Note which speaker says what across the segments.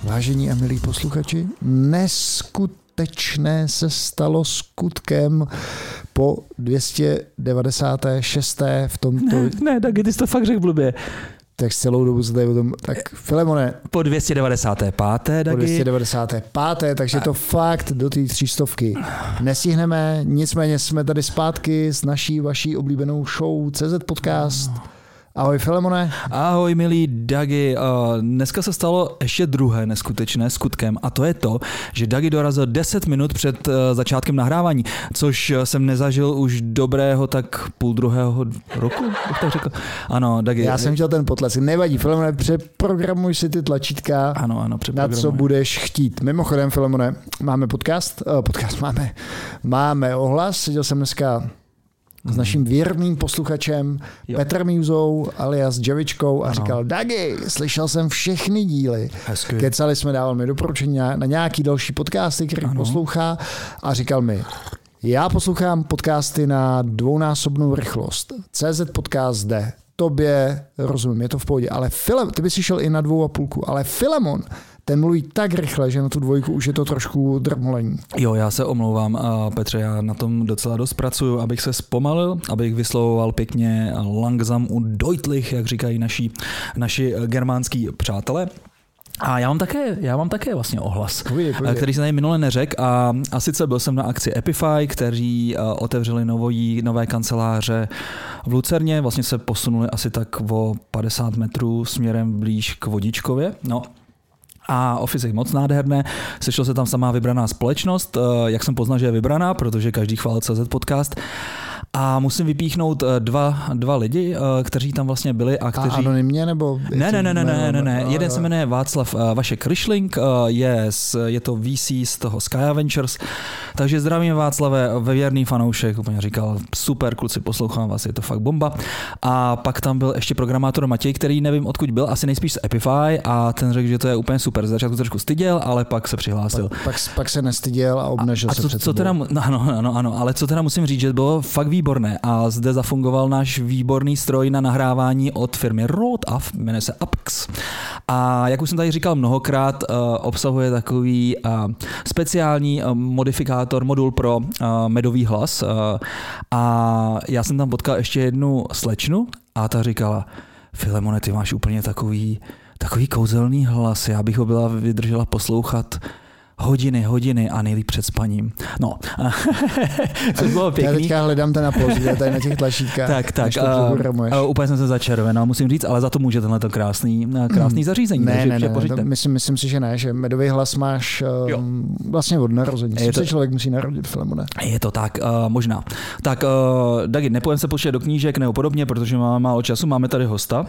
Speaker 1: Vážení a milí posluchači, neskutečné se stalo skutkem po 296. v tomto...
Speaker 2: Ne, tak ty jsi to fakt řekl blbě.
Speaker 1: Tak celou dobu se tady o tom... Tak Filemone...
Speaker 2: Po 295. Dagi.
Speaker 1: Po 295. Takže to fakt do té 300 nestihneme, nicméně jsme tady zpátky s naší, vaší oblíbenou show CZ Podcast. Ahoj Filemone.
Speaker 2: Ahoj milý Dagi. Dneska se stalo ještě druhé neskutečné skutkem a to je to, že Dagi dorazil 10 minut před začátkem nahrávání, což jsem nezažil už dobrého tak půl druhého roku, bych tak řekl. Ano, Dagi.
Speaker 1: Já jsem chtěl ten potlesk. Nevadí, Filemone, přeprogramuj si ty tlačítka,
Speaker 2: ano,
Speaker 1: na co budeš chtít. Mimochodem, Filemone, máme podcast máme ohlas, seděl jsem dneska s naším věrným posluchačem Petrem Juzou alias Javičkou a říkal, Dagi, slyšel jsem všechny díly.
Speaker 2: Hezky.
Speaker 1: Kecali jsme, dával mi doporučení na nějaký další podcasty, který poslouchá a říkal mi, já poslouchám podcasty na dvounásobnou rychlost. CZ Podcast jde. Tobě rozumím, je to v pohodě, ale ty bys šel i na 2,5, ale Filemon, ten mluví tak rychle, že na tu 2 už je to trošku drmolení.
Speaker 2: Jo, já se omlouvám, Petře, já na tom docela dost pracuju, abych se zpomalil, abych vyslovoval pěkně langsam und deutlich, jak říkají naši germánský přátelé. A já mám také vlastně ohlas, který jsem tady minule neřekl a sice byl jsem na akci Epify, kteří otevřeli nové kanceláře v Lucerně, vlastně se posunuli asi tak o 50 metrů směrem blíž k Vodičkově, no. A office je moc nádherné, sešlo se tam samá vybraná společnost, jak jsem poznal, že je vybraná, protože každý chválil CZ Podcast. A musím vypíchnout dva lidi, kteří tam vlastně byli a kteří...
Speaker 1: A anonymně nebo...
Speaker 2: Ne. Jeden se jmenuje Václav Vašek Ryšlink, je to VC z toho Sky Ventures, takže zdravím Václave, věrný fanoušek, úplně říkal, super kluci, poslouchám vás, je to fakt bomba. A pak tam byl ještě programátor Matěj, který nevím odkud byl, asi nejspíš z Epify a ten řekl, že to je úplně super. Z začátku trošku styděl, ale pak se přihlásil.
Speaker 1: Pak se nestyděl a obnažil se před
Speaker 2: co teda, ano, ale co teda musím říct, že bylo fakt výborné a zde zafungoval náš výborný stroj na nahrávání od firmy Rode, jmenuje se Apex. A jak už jsem tady říkal mnohokrát, obsahuje takový speciální modul pro medový hlas. A já jsem tam potkal ještě jednu slečnu a ta říkala, Filemone, ty máš úplně takový kouzelný hlas, já bych ho byla vydržela poslouchat hodiny a nejlíp před spaním. No, což bylo pěkný.
Speaker 1: Já teďka hledám ten aplos, kde tady na těch tlačítkách.
Speaker 2: Tak, úplně jsem se začervenal, musím říct, ale za to může tenhle krásný zařízení.
Speaker 1: Ne, myslím si, že ne, že medový hlas máš vlastně od narození. Se člověk musí narodit, Filemone.
Speaker 2: Je to tak, možná. Tak, Dagi, nepojďme se počítat do knížek nebo podobně, protože máme málo času, máme tady hosta.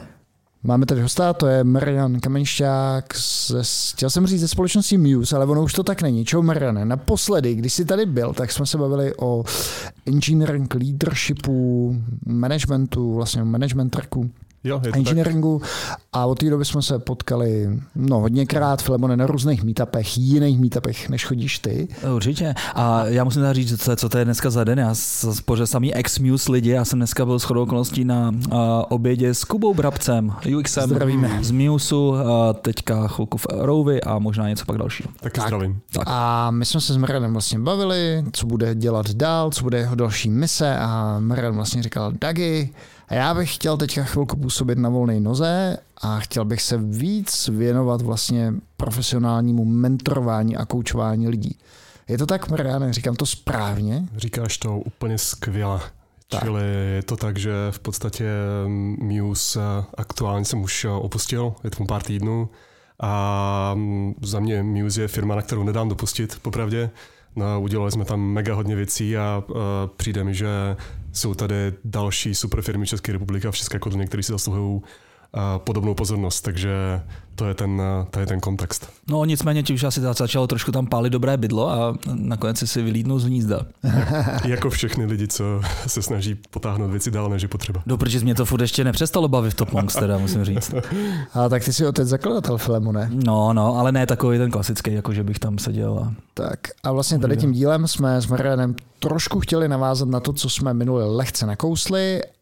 Speaker 1: To je Marian Kamenšťák, chtěl jsem říct ze společnosti Muse, ale ono už to tak není. Čau Mariane, naposledy, když jsi tady byl, tak jsme se bavili o engineering leadershipu, managementu, vlastně management tracku.
Speaker 3: Jo,
Speaker 1: engineeringu a od té doby jsme se potkali hodněkrát, Filemone, na různých meetupech, jiných meetupech, než chodíš ty.
Speaker 2: Určitě. A já musím teda říct, co to je dneska za den. Já pořád samý ex-Muse lidi, já jsem dneska byl shodou okolností na obědě s Kubou Brabcem, UXem z Museu, teďka chvilku v Rovi a možná něco pak dalšího.
Speaker 3: Tak zdravím.
Speaker 1: Tak. A my jsme se s Marianem vlastně bavili, co bude dělat dál, co bude jeho další mise a Marian vlastně říkal, Dagi, a já bych chtěl teďka chvilku působit na volné noze a chtěl bych se víc věnovat vlastně profesionálnímu mentorování a koučování lidí. Je to tak, Mariane, říkám to správně?
Speaker 3: Říkáš to úplně skvěle. Čili je to tak, že v podstatě Muse aktuálně jsem už opustil, je tomu pár týdnů a za mě Muse je firma, na kterou nedám dopustit, popravdě. No, udělali jsme tam mega hodně věcí a přijde mi, že jsou tady další super firmy České republiky a v České koruně, které si zasluhují podobnou pozornost, takže to je ten kontext.
Speaker 2: No nicméně ti už asi začalo trošku tam pálit dobré bydlo a nakonec si vylídnou z hnízda.
Speaker 3: Jako všechny lidi, co se snaží potáhnout věci dál, než je potřeba.
Speaker 2: No, protože mě to furt ještě nepřestalo bavit v Top Monks, teda musím říct.
Speaker 1: A tak ty jsi otec zakladatel Filemone.
Speaker 2: No, ale ne takový ten klasický, jako že bych tam seděl.
Speaker 1: Tak a vlastně tady tím dílem jsme s Marianem trošku chtěli navázat na to, co jsme minule lehce nakousli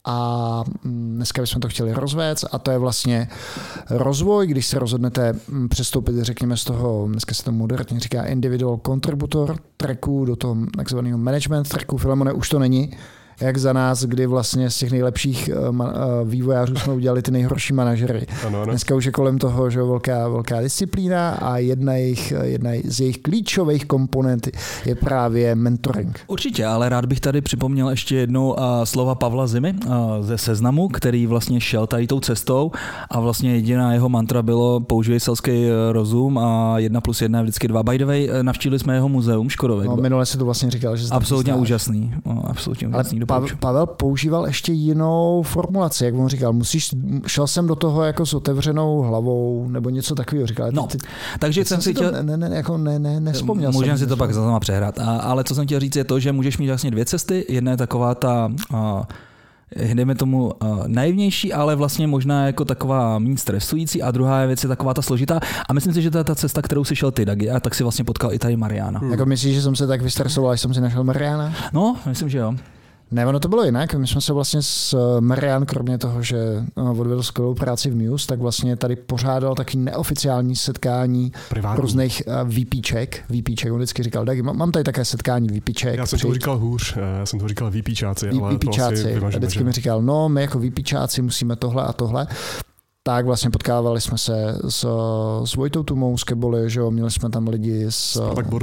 Speaker 1: a dneska bychom to chtěli rozvést a to je vlastně rozvoj, když se rozhodnete přestoupit, řekněme z toho, dneska se to moderně říká individual contributor tracku do toho takzvaného management tracku. Filemone, už to není jak za nás, kdy vlastně z těch nejlepších vývojářů jsme udělali ty nejhorší manažery.
Speaker 3: Ano.
Speaker 1: Dneska už je kolem toho, že velká disciplína a jedna z jejich klíčových komponent je právě mentoring.
Speaker 2: Určitě, ale rád bych tady připomněl ještě jednou slova Pavla Zimy ze Seznamu, který vlastně šel tady tou cestou a vlastně jediná jeho mantra bylo používej selský rozum a 1+1 je vždycky 2. By the way, navštívili jsme jeho muzeum Škodovek.
Speaker 1: No, minule si to vlastně říkal, že
Speaker 2: absolutně úžasný. Absolutně úžasný.
Speaker 1: Pavel používal ještě jinou formulaci, jak on říkal, šel jsem do toho jako s otevřenou hlavou, nebo něco takového říkal.
Speaker 2: No, takže jsem si chtěl...
Speaker 1: Nevzpomněl.
Speaker 2: Můžeme si to pak zase přehrát, ale co jsem chtěl říct je to, že můžeš mít vlastně 2 cesty, jedna je taková ta... jdeme tomu naivnější, ale vlastně možná jako taková méně stresující a druhá věc je taková ta složitá a myslím si, že to je ta cesta, kterou si šel ty, Dagi, a tak si vlastně potkal i tady Mariana.
Speaker 1: Jako myslíš, že jsem se tak vystresoval, až jsem si našel Mariana?
Speaker 2: No, myslím, že jo.
Speaker 1: Ne, ono to bylo jinak. My jsme se vlastně s Marian, kromě toho, že odvedl skvělou práci v Muse, tak vlastně tady pořádal taky neoficiální setkání různých VPček. On vždycky říkal, Dagi, mám tady také setkání VPček.
Speaker 3: Já jsem to říkal hůř, já jsem to říkal VPčáci, ale
Speaker 1: VPčáci.
Speaker 3: To asi
Speaker 1: a vždycky mi říkal, no, my jako VPčáci musíme tohle a tohle. Tak vlastně potkávali jsme se s Vojtou Tumou z Keboli, že jo, měli jsme tam lidi z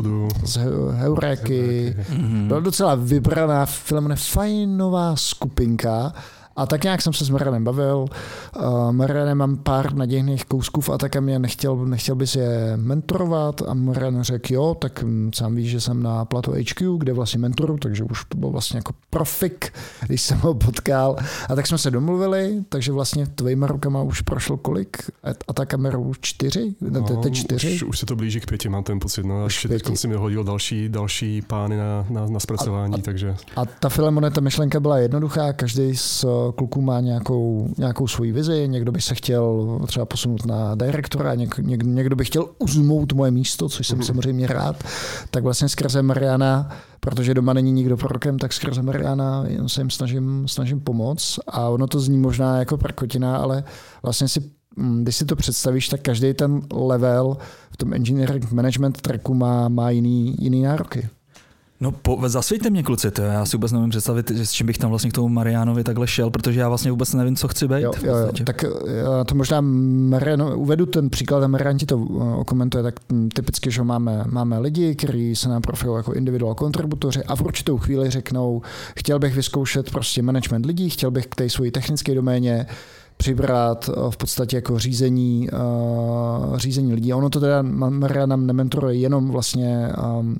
Speaker 1: Heuréky. Byla docela vybraná, Filemone, fajnová skupinka. A tak nějak jsem se s Marianem bavil. Marianem mám pár nadějných kousků a tak mě nechtěl bys je mentorovat a Marian řekl, jo, tak sám víš, že jsem na Plato HQ, kde vlastně mentoru, takže už to byl vlastně jako profik, když jsem ho potkal. A tak jsme se domluvili, takže vlastně tvojima rukama už prošlo kolik? A ta kamerou 4?
Speaker 3: No, 4? Už se to blíží k 5, mám ten pocit. No, až teď si mi hodil další pány na zpracování. Takže.
Speaker 1: A ta Filemone, ta myšlenka byla jednoduchá, každý z kluků má nějakou svoji vizi, někdo by se chtěl třeba posunout na direktora, někdo by chtěl uzmout moje místo, což jsem samozřejmě rád, tak vlastně skrze Mariana, protože doma není nikdo prorokem, tak skrze Mariana se jim snažím pomoct a ono to zní možná jako prkotina, ale vlastně když si to představíš, tak každý ten level v tom engineering management tracku má jiný nároky.
Speaker 2: No zasvěďte mě, kluci, já si vůbec nevím představit, s čím bych tam vlastně k tomu Marianovi takhle šel, protože já vlastně vůbec nevím, co chci být.
Speaker 1: Jo. Tak to možná Mariano, uvedu ten příklad a Marian ti to okomentuje, tak typicky, že máme lidi, kteří se nám profilují jako individual kontributoři a v určitou chvíli řeknou, chtěl bych vyzkoušet prostě management lidí, chtěl bych k té svojí technické doméně přibrat v podstatě jako řízení lidí. A ono to teda Marian nám nementoruje jenom vlastně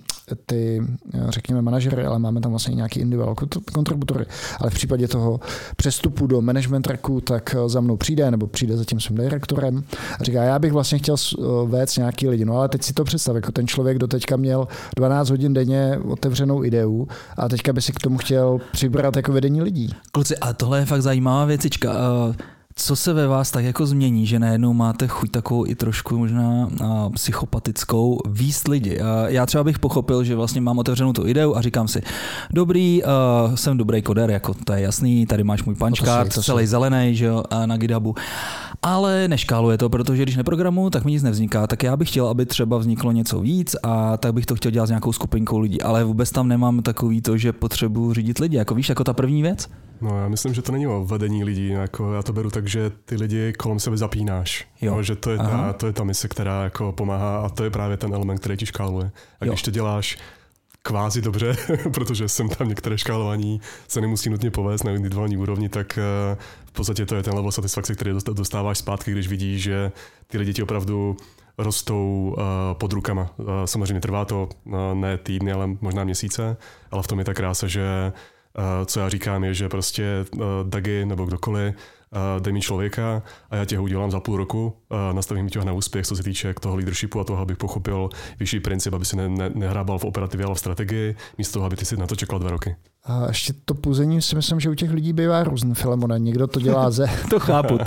Speaker 1: ty, řekněme, manažery, ale máme tam vlastně nějaký individual kontributory. Ale v případě toho přestupu do management tracku, tak za mnou přijde za tím svým direktorem a říká, já bych vlastně chtěl vést nějaký lidi. No ale teď si to představ, jako ten člověk doteďka měl 12 hodin denně otevřenou ideu a teďka by si k tomu chtěl přibrat jako vedení lidí.
Speaker 2: Kluci, a tohle je fakt zajímavá věcička. Co se ve vás tak jako změní, že najednou máte chuť takovou i trošku možná psychopatickou víst lidi? Já třeba bych pochopil, že vlastně mám otevřenou tu ideu a říkám si, dobrý, jsem dobrý koder, jako to je jasný, tady máš můj punchcard, celý zelený, že jo, na GitHubu. Ale neškáluje to, protože když neprogramuju, tak mi nic nevzniká. Tak já bych chtěl, aby třeba vzniklo něco víc a tak bych to chtěl dělat s nějakou skupinkou lidí. Ale vůbec tam nemám takový to, že potřebuji řídit lidi. Jako víš, jako ta první věc?
Speaker 3: No já myslím, že to není o vedení lidí. Jako já to beru tak, že ty lidi kolem sebe zapínáš. No, že to je ta mise, která jako pomáhá a to je právě ten element, který ti škáluje. A když to děláš kvázi dobře, protože jsem tam některé škálování se nemusí nutně povést na individuální úrovni, tak v podstatě to je ten level satisfakce, který dostáváš zpátky, když vidíš, že ty lidi ti opravdu rostou pod rukama. Samozřejmě trvá to ne týdny, ale možná měsíce, ale v tom je ta krása, že co já říkám je, že prostě Dagi nebo kdokoliv dej mi člověka a já tě ho udělám za půl roku, nastavím tě na úspěch, co se týče toho leadershipu a toho, abych pochopil vyšší princip, aby si nehrabal v operativě, ale v strategii, místo toho, aby ty si na to čekal 2 roky.
Speaker 1: A ještě to půzení si myslím, že u těch lidí bývá různý, Filemone. Někdo to dělá
Speaker 2: to chápu,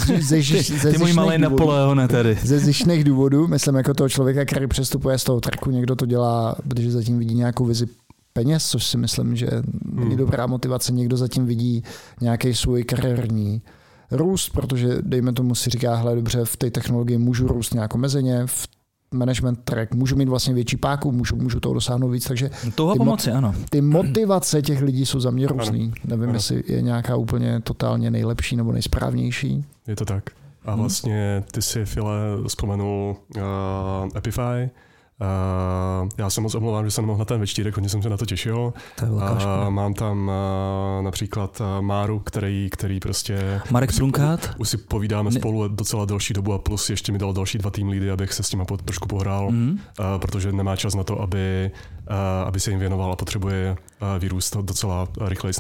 Speaker 2: ty můj malej Napoleone tady.
Speaker 1: Ze zištných důvodů, myslím jako toho člověka, který přestupuje z toho tracku, někdo to dělá, protože zatím vidí nějakou vizi peněz, což si myslím, že není dobrá motivace. Někdo zatím vidí nějaký svůj kariérní růst, protože dejme tomu si říká, hele dobře, v té technologii můžu růst nějak omezeně, v management track, můžu mít vlastně větší páku, můžu toho dosáhnout víc, takže ty motivace těch lidí jsou za mě různý. Nevím, jestli je nějaká úplně totálně nejlepší nebo nejsprávnější.
Speaker 3: Je to tak. A vlastně ty si, File, vzpomenul Epify. Já se moc omlouvám, že jsem nemohl na ten večírek, hodně jsem se na to těšil. Mám tam například Máru, který prostě...
Speaker 2: Marek Trunkát.
Speaker 3: Už si povídáme spolu docela delší dobu a plus ještě mi dal další 2 team leady, abych se s nima trošku pohrál, protože nemá čas na to, aby se jim věnoval a potřebuje vyrůst docela rychleji,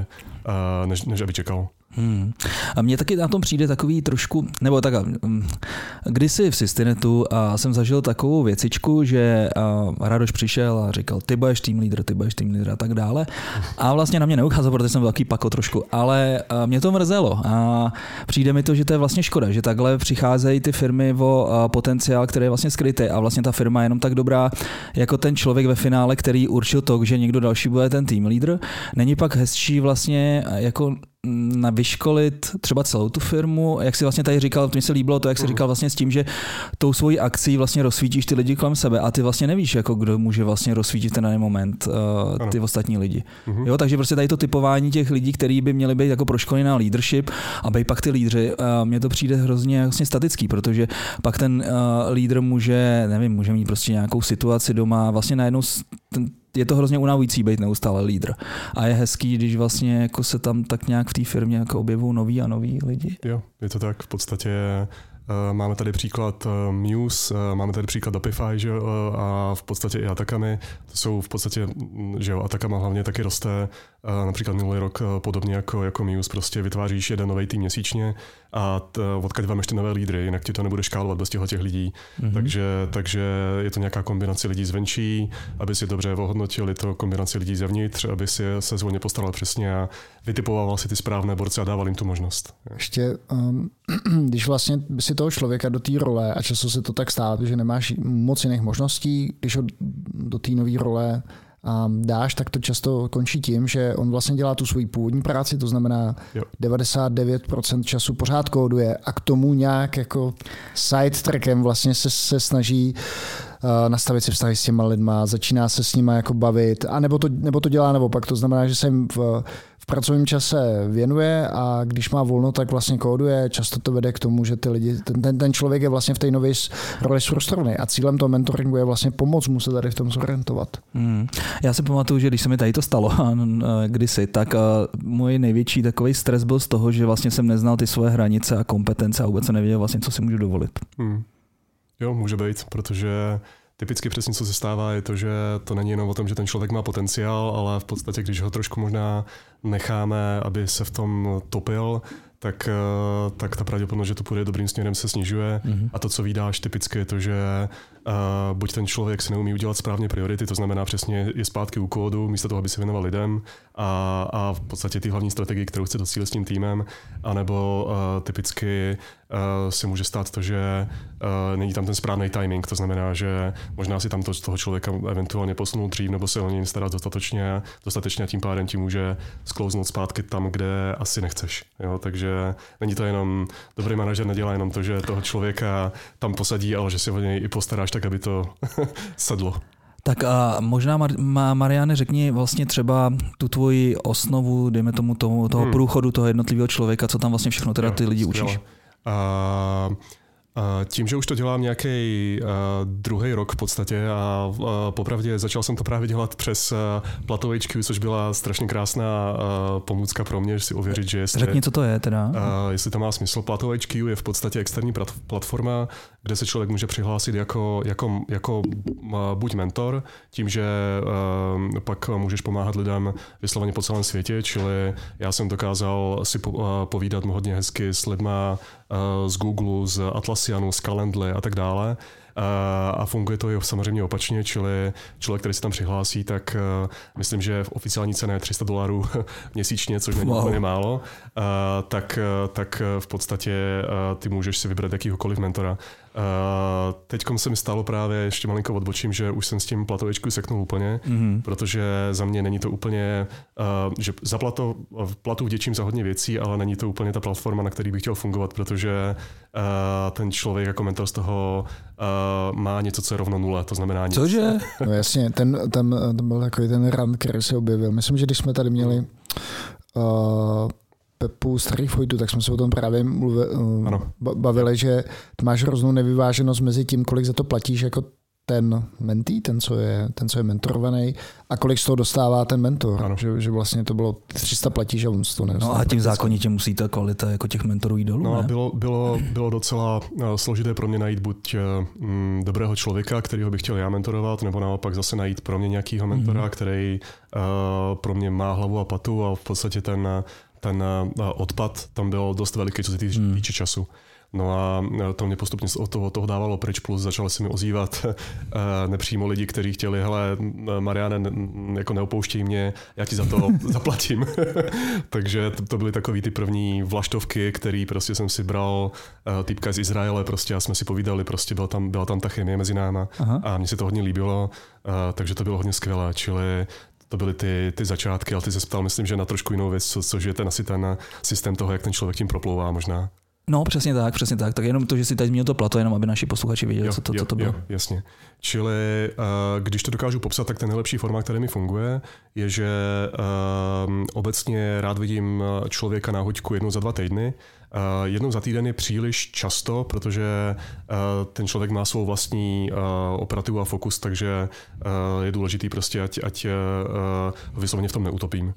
Speaker 3: než aby čekal.
Speaker 2: A mně taky na tom přijde takový trošku, nebo tak, kdysi v Systinetu jsem zažil takovou věcičku, že Radoš přišel a říkal, ty budeš team leader a tak dále. A vlastně na mě neukázal, protože jsem byl takový pako trošku, ale mě to mrzelo a přijde mi to, že to je vlastně škoda, že takhle přicházejí ty firmy o potenciál, který je vlastně skrytý a vlastně ta firma je jenom tak dobrá jako ten člověk ve finále, který určil to, že někdo další bude ten team leader. Není pak hezčí vlastně jako na vyškolit třeba celou tu firmu, jak si vlastně tady říkal, mně se líbilo to, jak jsi říkal vlastně s tím, že tou svojí akcí vlastně rozsvítíš ty lidi kolem sebe a ty vlastně nevíš, jako kdo může vlastně rozsvítit ten daný moment ty ostatní lidi. Jo, takže prostě tady to typování těch lidí, kteří by měli být jako proškolení na leadership a být pak ty lídři, mně to přijde hrozně vlastně statický, protože pak ten lídr může mít prostě nějakou situaci doma, vlastně najednou je to hrozně unavující být neustále lídr. A je hezký, když vlastně jako se tam tak nějak v té firmě jako objevují noví lidi.
Speaker 3: Jo, je to tak. V podstatě máme tady příklad Muse, máme tady příklad Apify, že jo, a v podstatě i Atakami. To jsou v podstatě, že jo, Atakama hlavně taky roste, například minulý rok podobně jako Muse, prostě vytváříš jeden nový tým měsíčně a odkud vám ještě nové lídry, jinak ti to nebude škálovat bez těch lidí. Takže je to nějaká kombinace lidí zvenčí, aby si dobře ohodnotili to kombinaci lidí zevnitř, aby si se zvolně postaral přesně a vytipoval si ty správné borce a dával jim tu možnost.
Speaker 1: Ještě, když vlastně si toho člověka do té role, a často se to tak stává, že nemáš moc jiných možností, když ho do té nové role dáš, tak to často končí tím, že on vlastně dělá tu svoji původní práci, to znamená 99% času pořád kóduje a k tomu nějak jako side trackem vlastně se snaží nastavit si vztahy s těma lidma, začíná se s nima jako bavit, a nebo to dělá naopak, to znamená, že se jim v pracovním čase věnuje a když má volno, tak vlastně kóduje. Často to vede k tomu, že ty lidi, ten člověk je vlastně v té nové roli frustrovaný a cílem toho mentoringu je vlastně pomoct mu se tady v tom zorientovat.
Speaker 2: Já si pamatuju, že když se mi tady to stalo kdysi, tak můj největší takový stres byl z toho, že vlastně jsem neznal ty svoje hranice a kompetence a vůbec jsem nevěděl vlastně, co si můžu dovolit.
Speaker 3: Jo, může být, protože typicky přesně co se stává je to, že to není jenom o tom, že ten člověk má potenciál, ale v podstatě, když ho trošku možná necháme, aby se v tom topil, tak ta pravděpodobnost, že to půjde dobrým směrem, se snižuje. A to, co vídáš typicky, je to, že buď ten člověk si neumí udělat správně priority, to znamená přesně je zpátky u kódu, místo toho, aby se věnoval lidem a v podstatě ty hlavní strategii, kterou chce docílit s tím týmem, anebo typicky se může stát to, že není tam ten správný timing, to znamená, že možná si tam toho člověka eventuálně posunul dřív, nebo se o něj starat dostatečně a tím pádem ti může sklouznout zpátky tam, kde asi nechceš. Jo? Takže není to jenom, dobrý manažer nedělá jenom to, že toho člověka tam posadí, ale že si o něj i postaráš tak, aby to sedlo.
Speaker 2: Tak a možná, Mariane, řekni vlastně třeba tu tvoji osnovu, dejme tomu toho průchodu toho jednotlivého člověka, co tam vlastně všechno teda ty lidi učíš.
Speaker 3: Tím, že už to dělám nějaký druhý rok v podstatě a popravdě začal jsem to právě dělat přes Plato HQ, což byla strašně krásná pomůcka pro mě, že si ověřit, že
Speaker 2: Řekni, co to je teda.
Speaker 3: Jestli to má smysl. Plato HQ je v podstatě externí platforma, kde se člověk může přihlásit jako buď mentor, tím, že pak můžeš pomáhat lidem vysloveně po celém světě, čili já jsem dokázal si povídat hodně hezky s lidma z Google, z Atlassianu, z Calendly a tak dále. a funguje to i samozřejmě opačně, čili člověk, který se tam přihlásí, tak myslím, že oficiální cena je $300 měsíčně, což není úplně málo, tak v podstatě ty můžeš si vybrat jakýhokoliv mentora. Teďkom se mi stalo právě, ještě malinko odbočím, že už jsem s tím platovičku seknul úplně, protože za mě není to úplně, že za platu vděčím za hodně věcí, ale není to úplně ta platforma, na který bych chtěl fungovat, protože ten člověk jako mentor z toho má něco, co je rovno nule, to znamená nic.
Speaker 1: Cože? No jasně, ten byl takový ten rant, který se objevil. Myslím, že když jsme tady měli Pepu starých Fojtů, tak jsme se o tom právě bavili, že máš hroznou nevyváženost mezi tím, kolik za to platíš jako ten mentý, ten, co je mentorovaný, a kolik z toho dostává ten mentor. Že vlastně to bylo 300 platíš a on to nedostává.
Speaker 2: No a tím zákonitě musí ta kvalita jako těch mentorů jít dolů,
Speaker 3: no
Speaker 2: ne?
Speaker 3: Bylo docela složité pro mě najít buď dobrého člověka, kterýho bych chtěl já mentorovat, nebo naopak zase najít pro mě nějakýho mentora, který pro mě má hlavu a patu, a v podstatě ten odpad tam byl dost veliký, co se týče času. No a to mě postupně od toho dávalo pryč, plus začaly se mi ozývat nepřímo lidi, kteří chtěli, hele, Mariane, jako neopouštěj mě, já ti za to zaplatím. Takže to byly takový ty první vlaštovky, který prostě jsem si bral týpka z Izraele, prostě a jsme si povídali, prostě byla tam ta chemie mezi náma. Aha. A mně se to hodně líbilo, takže to bylo hodně skvělé, čili to byly ty začátky, ale ty se ptal, myslím, že na trošku jinou věc, což je asi ten systém toho, jak ten člověk tím proplouvá možná.
Speaker 2: No, přesně tak. Tak jenom to, že si teď zmínil to plato, jenom aby naši posluchači věděli, co to bylo.
Speaker 3: Jasně. Čili když to dokážu popsat, tak ten nejlepší formát, který mi funguje, je, že obecně rád vidím člověka na hoďku jednou za 2 týdny. Jednou za týden je příliš často, protože ten člověk má svou vlastní operativu a fokus, takže je důležitý prostě, ať vyslovně v tom neutopím.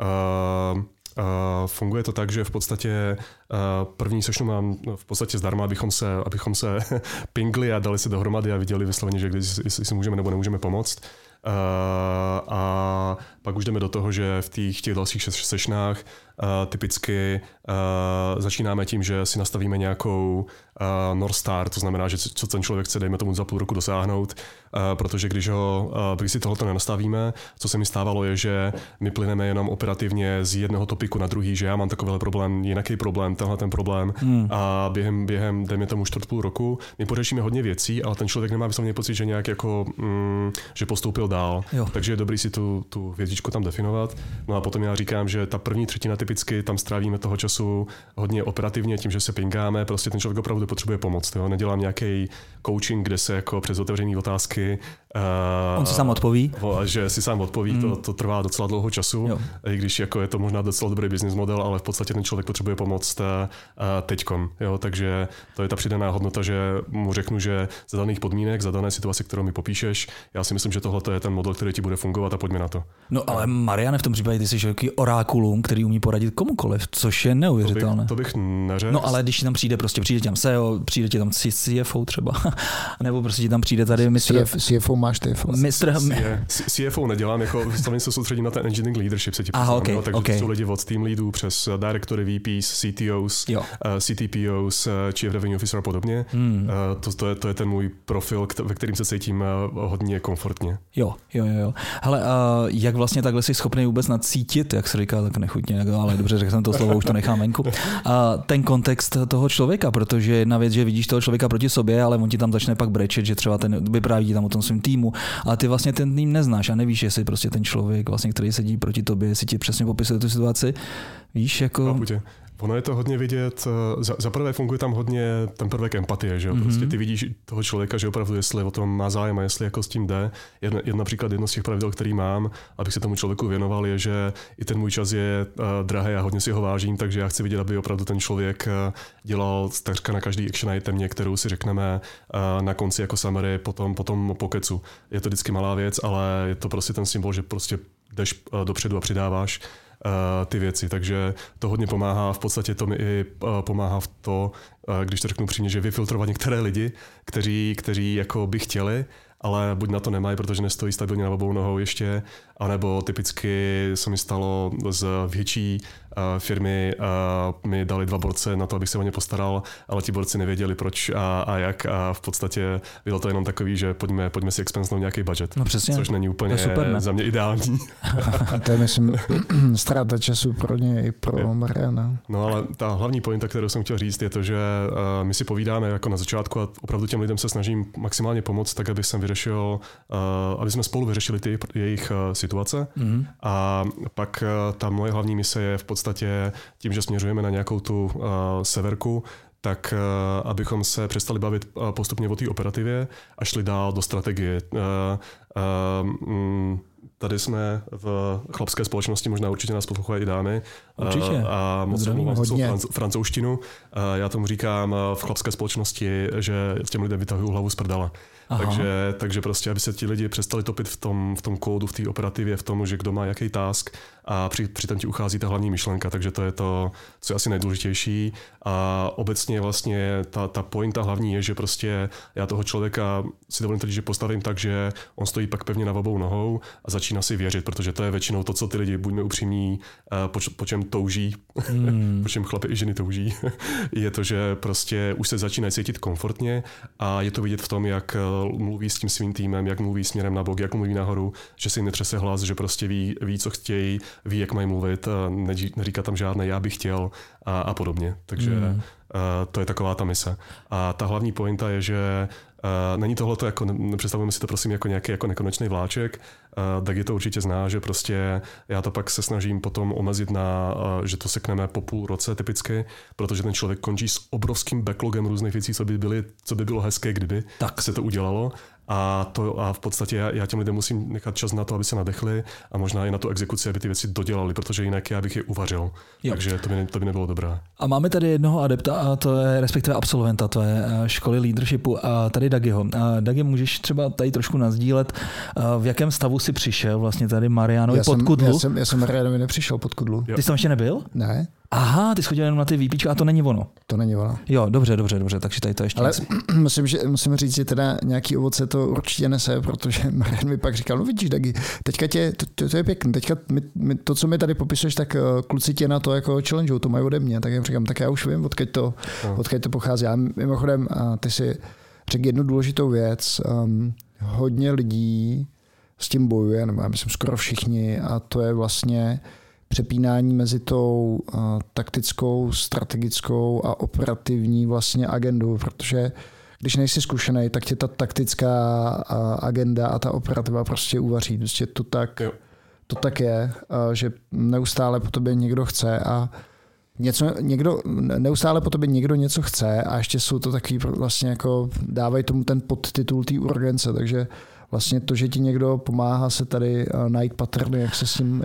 Speaker 3: Funguje to tak, že v podstatě první sessionu mám v podstatě zdarma, abychom se pingli a dali se dohromady a viděli vysloveně, že jestli si můžeme nebo nemůžeme pomoct. A pak už jdeme do toho, že v těch dalších sessionách typicky začínáme tím, že si nastavíme nějakou North Star, to znamená, že co ten člověk chce, dejme tomu za půl roku dosáhnout, protože když si tohleto nenastavíme, co se mi stávalo je, že my plyneme jenom operativně z jednoho topiku na druhý, že já mám takovýhle problém, jinaký problém, tenhle ten problém a během dejme tomu 4,5 roku my pořešíme hodně věcí, ale ten člověk nemá vysloveně pocit, že nějak jako, že postoupil dál. Jo. Takže je dobrý si tu větičku tam definovat. No a potom já říkám, že ta první třetina typicky tam strávíme toho času hodně operativně tím, že se pingáme, prostě ten člověk opravdu potřebuje pomoc. Jo? Nedělám nějaký coaching, kde se jako přes otevřené otázky
Speaker 2: on si sám odpoví?
Speaker 3: Že si sám odpoví, to trvá docela dlouho času, i když jako je to možná docela dobrý business model, ale v podstatě ten člověk potřebuje pomoct teďkon. Jo? Takže to je ta přidaná hodnota, že mu řeknu, že za daných podmínek, za dané situaci, kterou mi popíšeš, já si myslím, že tohle je ten model, který ti bude fungovat a pojďme na to.
Speaker 2: No ale Mariane, v tom případě ty jsi jaký orákulum, který umí poradit komukoliv, což je neuvěřitelné.
Speaker 3: To bych neřekl.
Speaker 2: No ale když ti tam přijde tam SEO, přijde ti tam CFO třeba, nebo prostě ti tam přijde tady
Speaker 1: CFO máš ty.
Speaker 3: CFO nedělám, jako vystavně se soustředím na ten engineering leadership, se ti přiznám, takže jsou lidi od team leadů přes directory, VPs, CTOs, CTPOs, Chief Revenue Officer a podobně. To je ten můj profil, ve kterým se cítím hodně komfortně.
Speaker 2: Jo. Hele, jak vlastně takhle jsi schopný vůbec nacítit, jak se říká, tak nechutně, ale dobře, řekl jsem to slovo, už to nechám venku. Ten kontext toho člověka, protože jedna věc, že vidíš toho člověka proti sobě, ale on ti tam začne pak brečet, že třeba ten vypráví tam o tom svém týmu, ale ty vlastně ten tým neznáš a nevíš, jestli prostě ten člověk, vlastně, který sedí proti tobě, jestli ti přesně popisuje tu situaci. Víš, jako...
Speaker 3: Ono je to hodně vidět, za prvé funguje tam hodně ten prvek empatie, že jo? Prostě ty vidíš toho člověka, že opravdu jestli o tom má zájem a jestli jako s tím jde. Například jedno z těch pravidel, který mám, abych se tomu člověku věnoval, je, že i ten můj čas je drahý a hodně si ho vážím, takže já chci vidět, aby opravdu ten člověk dělal takřka na každý action itemě, kterou si řekneme na konci jako summary, potom pokecu. Je to vždycky malá věc, ale je to prostě ten symbol, že prostě jdeš dopředu a přidáváš ty věci, takže to hodně pomáhá, v podstatě to mi i pomáhá v to, když to řeknu přímě, že vyfiltrovat některé lidi, kteří jako by chtěli, ale buď na to nemají, protože nestojí stabilně na obou nohou ještě, anebo typicky se mi stalo z větší firmy, mi dali 2 borce na to, abych se o ně postaral, ale ti borci nevěděli proč a jak a v podstatě bylo to jenom takový, že pojďme si expensnout nějaký budget,
Speaker 2: no přesně.
Speaker 3: Což není úplně
Speaker 2: super,
Speaker 3: za mě ideální.
Speaker 1: To je, myslím, ztráta času pro ně i pro Mariana.
Speaker 3: No ale ta hlavní pointa, kterou jsem chtěl říct, je to, že my si povídáme jako na začátku a opravdu těm lidem se snažím maximálně pomoct, tak aby aby jsme spolu vyřešili ty jejich situace. A pak ta moje hlavní mise je v podstatě tím, že směřujeme na nějakou tu severku, tak abychom se přestali bavit postupně o té operativě a šli dál do strategie. Tady jsme v chlapské společnosti, možná určitě nás poslouchají i dámy.
Speaker 2: Určitě.
Speaker 3: A moc mluvám francouzštinu. Já tomu říkám v chlapské společnosti, že těm lidem vytahují hlavu z prdala. Takže prostě, aby se ti lidi přestali topit v tom kódu, v té operativě, v tom, že kdo má jaký task a přitom ti uchází ta hlavní myšlenka. Takže to je to, co je asi nejdůležitější. A obecně vlastně ta pointa hlavní je, že prostě já toho člověka si dovolím tvrdit, že postavím tak, že on stojí pak pevně na obou nohou a začíná si věřit, protože to je většinou to, co ty lidi, buďme upřímní, po čem touží, po čem chlapi i ženy touží, je to, že prostě už se začínají cítit komfortně a je to vidět v tom, jak mluví s tím svým týmem, jak mluví směrem na bok, jak mluví nahoru, že si jim netřese hlas, že prostě ví, co chtějí, ví, jak mají mluvit, neříká tam žádné já bych chtěl a podobně. Takže to je taková ta mise. A ta hlavní pointa je, že není tohleto jako, nepředstavujeme si to prosím jako nějaký jako nekonečný vláček, tak je to určitě zná, že prostě já to pak se snažím potom omezit na, že to sekneme po půl roce typicky, protože ten člověk končí s obrovským backlogem různých věcí, co by bylo hezké, kdyby tak se to udělalo. A v podstatě já těm lidem musím nechat čas na to, aby se nadechli a možná i na tu exekuci, aby ty věci dodělali, protože jinak já bych je uvařil. Jo. Takže to by nebylo dobré.
Speaker 2: A máme tady jednoho adepta, a to je respektive absolventa, to je školy leadershipu, a tady Dagiho. Dagi, můžeš třeba tady trošku nasdílet, v jakém stavu si přišel vlastně tady Marianovi pod kudlu?
Speaker 1: Já jsem Marianovi nepřišel pod kudlu.
Speaker 2: Ty jsi tam ještě nebyl?
Speaker 1: Ne.
Speaker 2: Aha, ty jsi chodil jenom na ty výpíčka a to není ono.
Speaker 1: To není ono.
Speaker 2: Jo, dobře, takže tady to ještě.
Speaker 1: Ale musím říct, že teda nějaký ovoce to určitě nese, protože Marian mi pak říkal, no vidíš, Dagi, teďka to je pěkný, teďka to, co mi tady popisuješ, tak kluci tě na to jako challenge, to mají ode mě, tak já říkám, tak já už vím, odkud to pochází. A mimochodem, ty si řekl jednu důležitou věc, hodně lidí s tím bojuje, nebo já myslím skoro všichni, a to je vlastně přepínání mezi tou taktickou, strategickou a operativní vlastně agendou, protože když nejsi zkušený, tak tě ta taktická agenda a ta operativa prostě uvaří. Prostě to tak je, že neustále po tobě někdo chce a neustále po tobě někdo něco chce a ještě jsou to takový vlastně jako dávají tomu ten podtitul té urgence, takže vlastně to, že ti někdo pomáhá se tady najít paterny, jak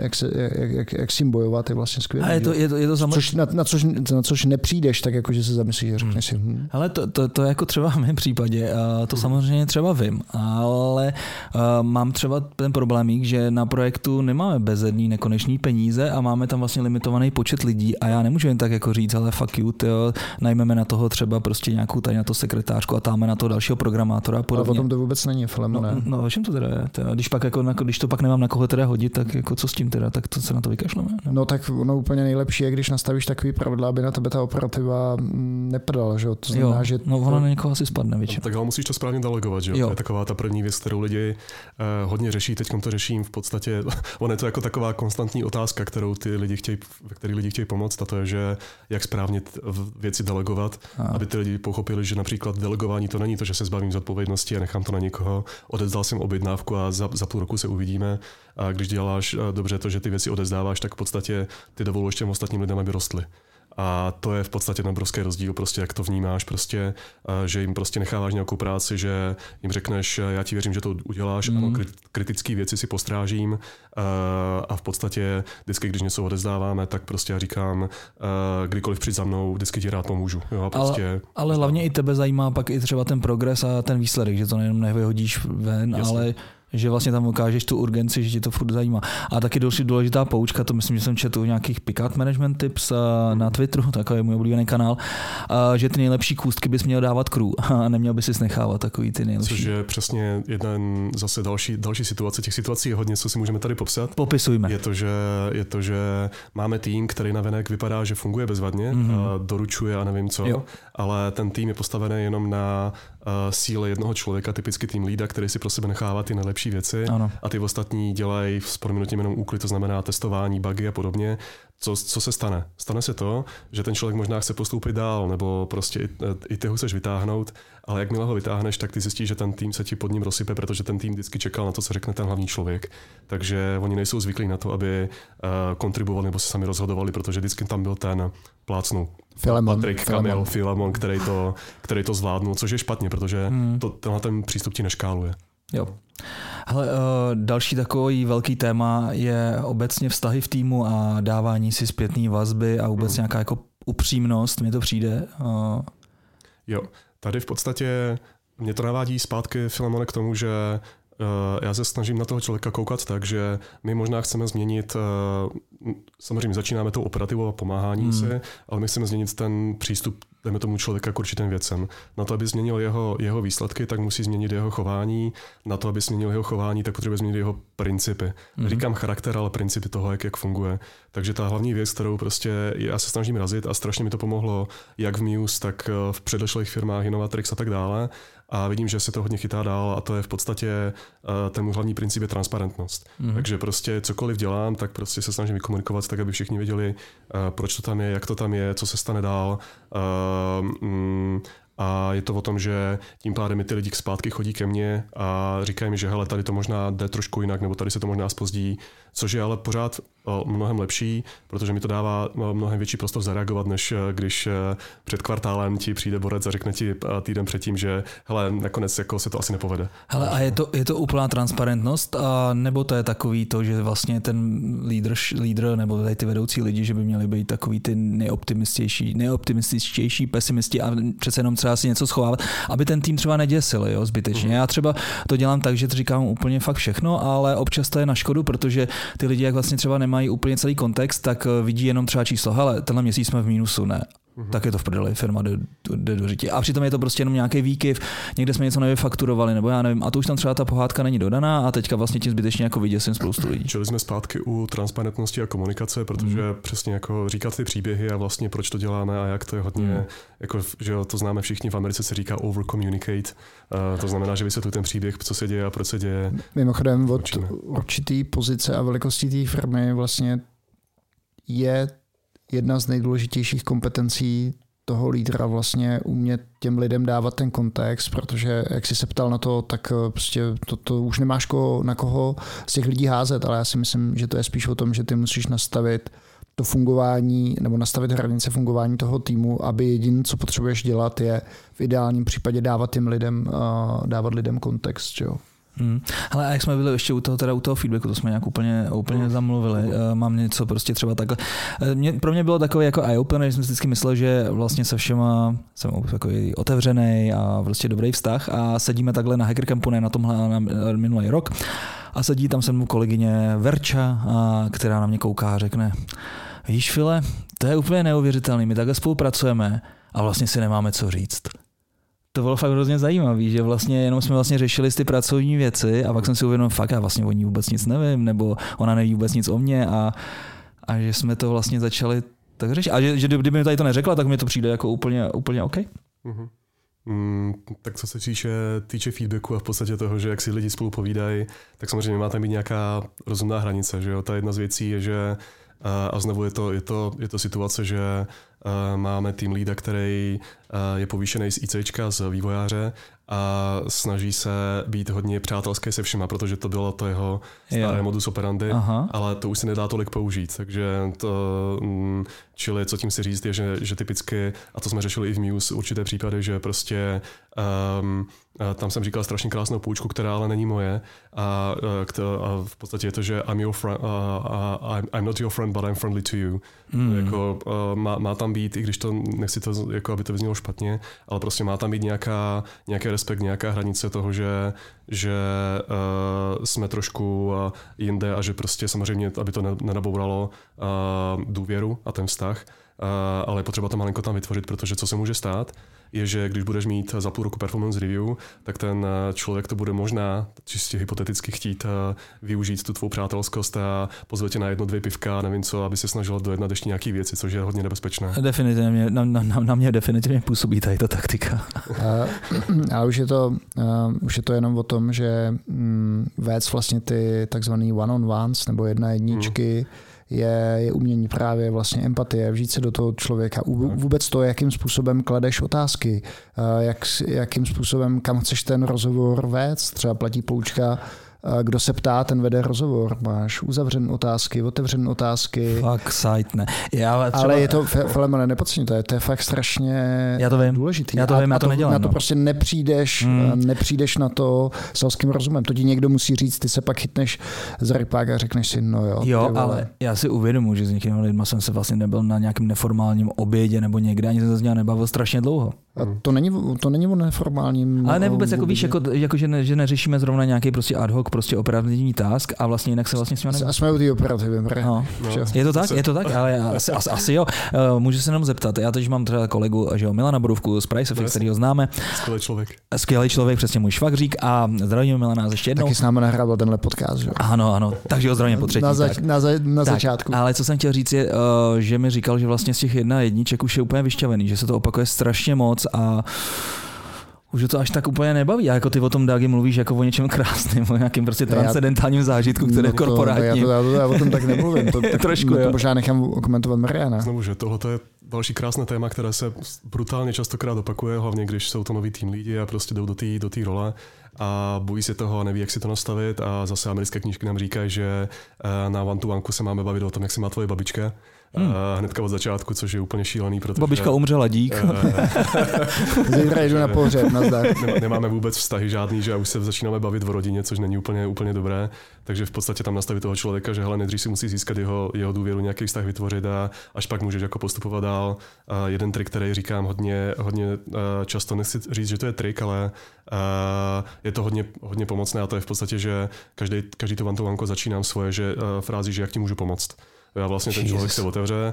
Speaker 1: s tím bojovat, je vlastně skvělé.
Speaker 2: A je to
Speaker 1: na což nepřijdeš, tak jako, že se zamyslíš a řekneš si.
Speaker 2: Ale to je jako třeba v mém případě, to samozřejmě třeba vím, ale mám třeba ten problémík, že na projektu nemáme bezedný nekonečný peníze a máme tam vlastně limitovaný počet lidí a já nemůžu jen tak jako říct, ale fuck you, najmeme na toho třeba prostě nějakou tady na to sekretářku a táme na toho dalšího programátora a podobně.
Speaker 1: Ale potom to vůbec není, Filemone.
Speaker 2: No, o čem to teda je? Když to pak nemám na koho teda hodit, tak jako co s tím teda? Tak to se na to vykašleme?
Speaker 1: No tak ono úplně nejlepší je, když nastavíš takový pravidla, aby na tebe ta operativa neprdala, že jo? To znamená, že
Speaker 2: ono na někoho asi spadne většinou.
Speaker 3: Tak ale musíš to správně delegovat, že jo? To je taková ta první věc, kterou lidi hodně řeší, teďkom to řeším v podstatě. Ono je to jako taková konstantní otázka, ve které lidi chtějí pomoct, a to je, že jak správně věci delegovat, aby ty lidi pochopili, že například delegování to není to, že se zbavím zodpovědnosti a nechám to na někoho. Odevzdal jsem objednávku a za půl roku se uvidíme. A když děláš dobře to, že ty věci odevzdáváš, tak v podstatě ty dovoluješ těm ostatním lidem, aby rostly. A to je v podstatě obrovský rozdíl, prostě jak to vnímáš, prostě, že jim prostě necháváš nějakou práci, že jim řekneš, já ti věřím, že to uděláš, ano, kritické věci si postrážím a v podstatě vždycky, když něco odezdáváme, tak prostě já říkám, kdykoliv přijď za mnou, vždycky ti rád pomůžu. Jo, prostě,
Speaker 2: ale hlavně i tebe zajímá pak i třeba ten progres a ten výsledek, že to nejenom nevyhodíš ven, jasně. Ale že vlastně tam ukážeš tu urgenci, že tě to furt zajímá. A taky další důležitá poučka, to myslím, že jsem četl u nějakých Picard Management Tips na Twitteru, takový je můj oblíbený kanál, že ty nejlepší kůstky bys měl dávat crew a neměl bys si nechávat takový ty nejlepší.
Speaker 3: Což je přesně jeden zase další situace. Těch situací je hodně, co si můžeme tady popsat.
Speaker 2: Popisujme.
Speaker 3: Je to, že máme tým, který navenek vypadá, že funguje bezvadně, doručuje a nevím co, ale ten tým je postavený jenom na síle jednoho člověka, typicky tým lída, který si pro sebe nechává ty nejlepší věci a ty ostatní dělají s prominutím jenom úkoly, to znamená testování, bugy a podobně. Co se stane? Stane se to, že ten člověk možná chce postoupit dál, nebo prostě i ty ho chceš vytáhnout, ale jakmile ho vytáhneš, tak ty zjistíš, že ten tým se ti pod ním rozsype, protože ten tým vždycky čekal na to, co řekne ten hlavní člověk. Takže oni nejsou zvyklí na to, aby kontribuovali nebo se sami rozhodovali, protože vždycky tam byl ten plácnu. Patrik, Kamil, Filemon, který to zvládnul, což je špatně, protože tenhle ten přístup ti neškáluje.
Speaker 2: Jo. Hele, další takový velký téma je obecně vztahy v týmu a dávání si zpětné vazby a vůbec nějaká jako upřímnost, mně to přijde.
Speaker 3: Jo, tady v podstatě mě to navádí zpátky, Filemone, k tomu, že já se snažím na toho člověka koukat tak, že my možná chceme změnit, samozřejmě začínáme tou operativou a pomáháním si, ale my chceme změnit ten přístup, dejme tomu člověka k určitým věcem. Na to, aby změnil jeho výsledky, tak musí změnit jeho chování. Na to, aby změnil jeho chování, tak potřebuje změnit jeho principy. Říkám charakter, ale principy toho, jak funguje. Takže ta hlavní věc, kterou prostě já se snažím razit a strašně mi to pomohlo jak v Muse, tak v předešlých firmách Innovatrix a tak dále. A vidím, že se to hodně chytá dál a to je v podstatě ten můj hlavní princip je transparentnost. Takže prostě cokoliv dělám, tak prostě se snažím vykomunikovat tak, aby všichni věděli, proč to tam je, jak to tam je, co se stane dál. A je to o tom, že tím pádem ty lidi zpátky chodí ke mně a říkají mi, že hele, tady to možná jde trošku jinak, nebo tady se to možná zpozdí, což je ale pořád mnohem lepší, protože mi to dává mnohem větší prostor zareagovat, než když před kvartálem ti přijde borec a řekne ti týden předtím, že hele, nakonec jako se to asi nepovede.
Speaker 2: Hele, a je to úplná transparentnost, a nebo to je takový to, že vlastně ten lídr nebo tady ty vedoucí lidi, že by měli být takový ty nejoptimističtější pesimisti a přece jenom třeba si něco schovávat, aby ten tým třeba neděsil, jo, zbytečně. Já třeba to dělám tak, že to říkám úplně fakt všechno, ale občas to je na škodu, protože ty lidi, jak vlastně třeba nemají úplně celý kontext, tak vidí jenom třeba číslo. Hele, tenhle měsíc jsme v mínusu, ne. Tak je to v prdeli, firma jde do řití. A přitom je to prostě jenom nějaký výkyv, někde jsme něco nevyfakturovali, nebo já nevím. A to už tam třeba ta pohádka není dodaná a teďka vlastně tím zbytečně jako vyděsím spoustu lidí.
Speaker 3: Čili jsme zpátky u transparentnosti a komunikace, protože přesně jako říkat ty příběhy a vlastně proč to děláme a jak to je hodně, jako, že to známe všichni, v Americe se říká over communicate. To znamená, že vysvětluji ten příběh, co se děje a proč se děje.
Speaker 1: Mimochodem od určitý pozice a velikosti té firmy vlastně je jedna z nejdůležitějších kompetencí toho lídra vlastně umět těm lidem dávat ten kontext, protože jak jsi se ptal na to, tak prostě to už nemáš na koho z těch lidí házet, ale já si myslím, že to je spíš o tom, že ty musíš nastavit to fungování nebo nastavit hranice fungování toho týmu, aby jediné, co potřebuješ dělat, je v ideálním případě dávat lidem kontext. Jo.
Speaker 2: Ale a jak jsme byli ještě u toho feedbacku, to jsme nějak úplně zamluvili. Mám něco prostě třeba takhle. Pro mě bylo takové jako eye-opener, že jsem si vždycky myslel, že vlastně se všema jsem takový otevřený a prostě dobrý vztah a sedíme takhle na Hacker Campu, na tomhle na minulý rok a sedí tam se mnou kolegyně Verča, která na mě kouká a řekne: víš, File, to je úplně neuvěřitelný, my takhle spolupracujeme a vlastně si nemáme co říct. To bylo fakt hrozně zajímavé, že vlastně jenom jsme vlastně řešili ty pracovní věci a pak jsem si uvědomil, fakt já vlastně o ní vůbec nic nevím, nebo ona neví vůbec nic o mně a že jsme to vlastně začali tak řešit. A že kdyby mi tady to neřekla, tak mi to přijde jako úplně OK.
Speaker 3: Tak co se týče feedbacku a v podstatě toho, že jak si lidi spolu povídají, tak samozřejmě má tam být nějaká rozumná hranice. Že jo? Ta jedna z věcí je, že a znovu je to situace, že máme tým lída, který je povýšený z ICčka, z vývojáře a snaží se být hodně přátelský se všema, protože to bylo to jeho staré modus operandi, ale to už se nedá tolik použít. Takže čili co tím si říct je, že typicky, a to jsme řešili i v Muse, určité případy, že prostě tam jsem říkal strašně krásnou půjčku, která ale není moje a v podstatě je to, že I'm not your friend, but I'm friendly to you. Jako, má tam být, i když to nechci to, jako aby to vyznělo špatně, ale prostě má tam být nějaký respekt, nějaká hranice toho, že jsme trošku jinde a že prostě samozřejmě, aby to nenabouralo důvěru a ten vztah, ale je potřeba to malinko tam vytvořit, protože co se může stát, je, že když budeš mít za půl roku performance review, tak ten člověk to bude možná čistě hypoteticky chtít využít tu tvou přátelskost a pozve tě na 1-2 pivka, nevím co, aby se snažil dojednat ještě nějaký věci, což je hodně nebezpečné.
Speaker 2: Definitivně, na mě definitivně působí tady ta taktika.
Speaker 1: Ale už je to jenom o tom, že vést vlastně ty takzvaný one-on-ones nebo 1-1 je umění právě vlastně empatie, vžít se do toho člověka, vůbec to, jakým způsobem kladeš otázky, jakým způsobem, kam chceš ten rozhovor vést, třeba platí poučka, kdo se ptá, ten vede rozhovor. Máš uzavřené otázky, otevřené otázky.
Speaker 2: Fakt sajtne.
Speaker 1: Ale je to, Filemone, nepodceňuj, to je fakt strašně důležitý.
Speaker 2: Já to vím, já to nedělám.
Speaker 1: Na to prostě nepřijdeš na to selským rozumem. To ti někdo musí říct, ty se pak chytneš za rypák a řekneš si, no jo.
Speaker 2: Jo, ale já si uvědomuji, že s někým lidma jsem se vlastně nebyl na nějakém neformálním obědě nebo někde, ani jsem se z něho nebavil strašně dlouho.
Speaker 1: A to není o neformálním.
Speaker 2: Ale ne vůbec, jako víš, že neřešíme zrovna nějaký prostě ad hoc, prostě operativní task a vlastně jinak se vlastně s ním nebavíme.
Speaker 1: A jsme u té operativy,
Speaker 2: no. Je to tak, ale asi jo. Můžu se jenom zeptat, já teď mám třeba kolegu, že jo, Milana Borůvku z PriceFX, kterýho známe. Skvělý člověk, přesně můj švagřík a zdravím Milana ještě jednou.
Speaker 1: Taky s námi nahrával tenhle podcast, že jo.
Speaker 2: Ano, takže ho zdravím po třetí.
Speaker 1: Na začátku.
Speaker 2: Ale co jsem chtěl říct je, že mi říkal, že vlastně z těch 1-1 už je úplně vyšťavený, že se to opakuje strašně moc a už je to až tak úplně nebaví. A jako ty o tom, Dagi, mluvíš jako o něčem krásném, o nějakém prostě transcendentálním zážitku, který je korporátní.
Speaker 1: Já o tom tak nemluvím.
Speaker 2: Trošku,
Speaker 1: to možná nechám komentovat Mariana.
Speaker 3: Znovu, že tohle je další krásné téma, které se brutálně častokrát opakuje, hlavně když jsou to noví tým lidi a prostě jdou do té role a bojí se toho a neví, jak si to nastavit. A zase americké knížky nám říkají, že na one-to-one se máme bavit o tom, jak se má tvoje babička. Hnedka od začátku, což je úplně šílený, protože...
Speaker 2: Babička umřela, dík.
Speaker 1: Zítra jdu na pohřeb, nazdar.
Speaker 3: Nemáme vůbec vztahy žádný, že už se začínáme bavit v rodině, což není úplně dobré. Takže v podstatě tam nastavit toho člověka, že hele, nejdřív si musí získat jeho důvěru, nějaký vztah vytvořit a až pak můžeš jako postupovat dál. Jeden trik, který říkám hodně často, nechci říct, že to je trik, ale je to hodně pomocné a to je v podstatě, že každý to one-to-one začínám svoje frázi, že jak ti můžu pomoct. Já vlastně ten člověk se otevře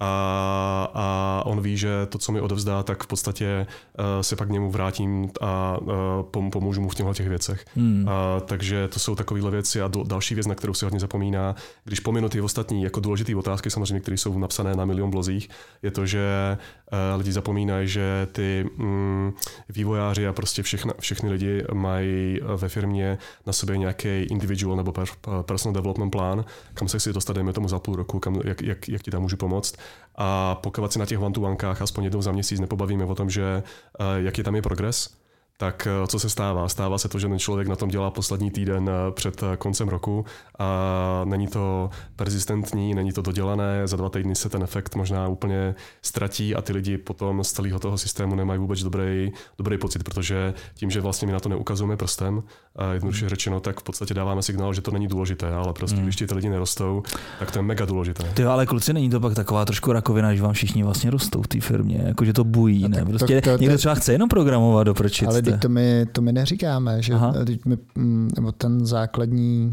Speaker 3: a on ví, že to, co mi odevzdá, tak v podstatě se pak k němu vrátím a pomůžu mu v těch věcech. Takže to jsou takovéhle věci a další věc, na kterou se hodně zapomíná, když pominu ty ostatní jako důležité otázky, samozřejmě, které jsou napsané na milion blozích, je to, že lidi zapomínají, že ty vývojáři a prostě všechny lidi mají ve firmě na sobě nějaký individual nebo personal development plán, kam se chci dostat, dejme tomu za půl roku, jak ti tam můžu pomoct. A pokud si na těch one-to-one-kách aspoň jednou za měsíc nepobavíme o tom, že jaký tam je progres, tak co se stává? Stává se to, že ten člověk na tom dělá poslední týden před koncem roku a není to persistentní, není to dodělané, za 2 týdny se ten efekt možná úplně ztratí a ty lidi potom z celého toho systému nemají vůbec dobrý pocit, protože tím, že vlastně my na to neukazujeme prstem, jednoduše řečeno, tak v podstatě dáváme signál, že to není důležité, ale prostě když ty lidi nerostou, tak to je mega důležité.
Speaker 2: Ty ale kluci, není to pak taková trošku rakovina, že vám všichni vlastně rostou v té firmě, jakože to bují, ne? Prostě někdo třeba chce jenom programovat do prčic.
Speaker 1: Ale to my neříkáme, že nebo ten základní,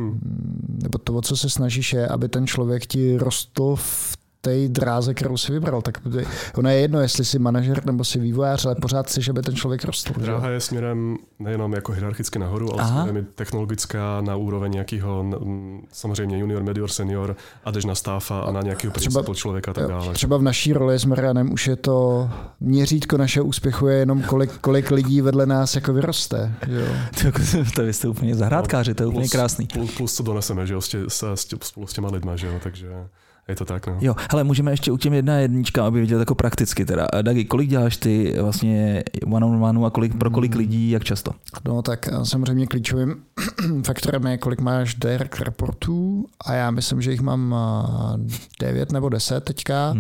Speaker 1: nebo to, o co se snažíš, je, aby ten člověk ti rostl v té dráze, kterou si vybral. Tak ono je jedno, jestli jsi manažer nebo jsi vývojář, ale pořád chceš, aby ten člověk rostl.
Speaker 3: Dráha je směrem nejenom jako hierarchicky nahoru, ale směrem je technologická na úroveň nějakého, samozřejmě junior, medior, senior a jdeš na staffa a na nějakého principal člověka a tak dále.
Speaker 1: Třeba v naší roli s Marianem už je to měřítko našeho úspěchu je jenom kolik lidí vedle nás jako vyroste.
Speaker 2: To jste úplně zahrádkáři, to je úplně krásný.
Speaker 3: Plus co doneseme, že jo, spolu s těma lidma, že jo, takže... Je to tak, no.
Speaker 2: Jo, hele, můžeme ještě u těm 1-1, aby viděl jako prakticky teda. Dagi, kolik děláš ty vlastně one-on-one a pro kolik lidí, jak často?
Speaker 1: No tak samozřejmě klíčovým faktorem je, kolik máš direct reportů a já myslím, že jich mám 9 nebo 10 teďka.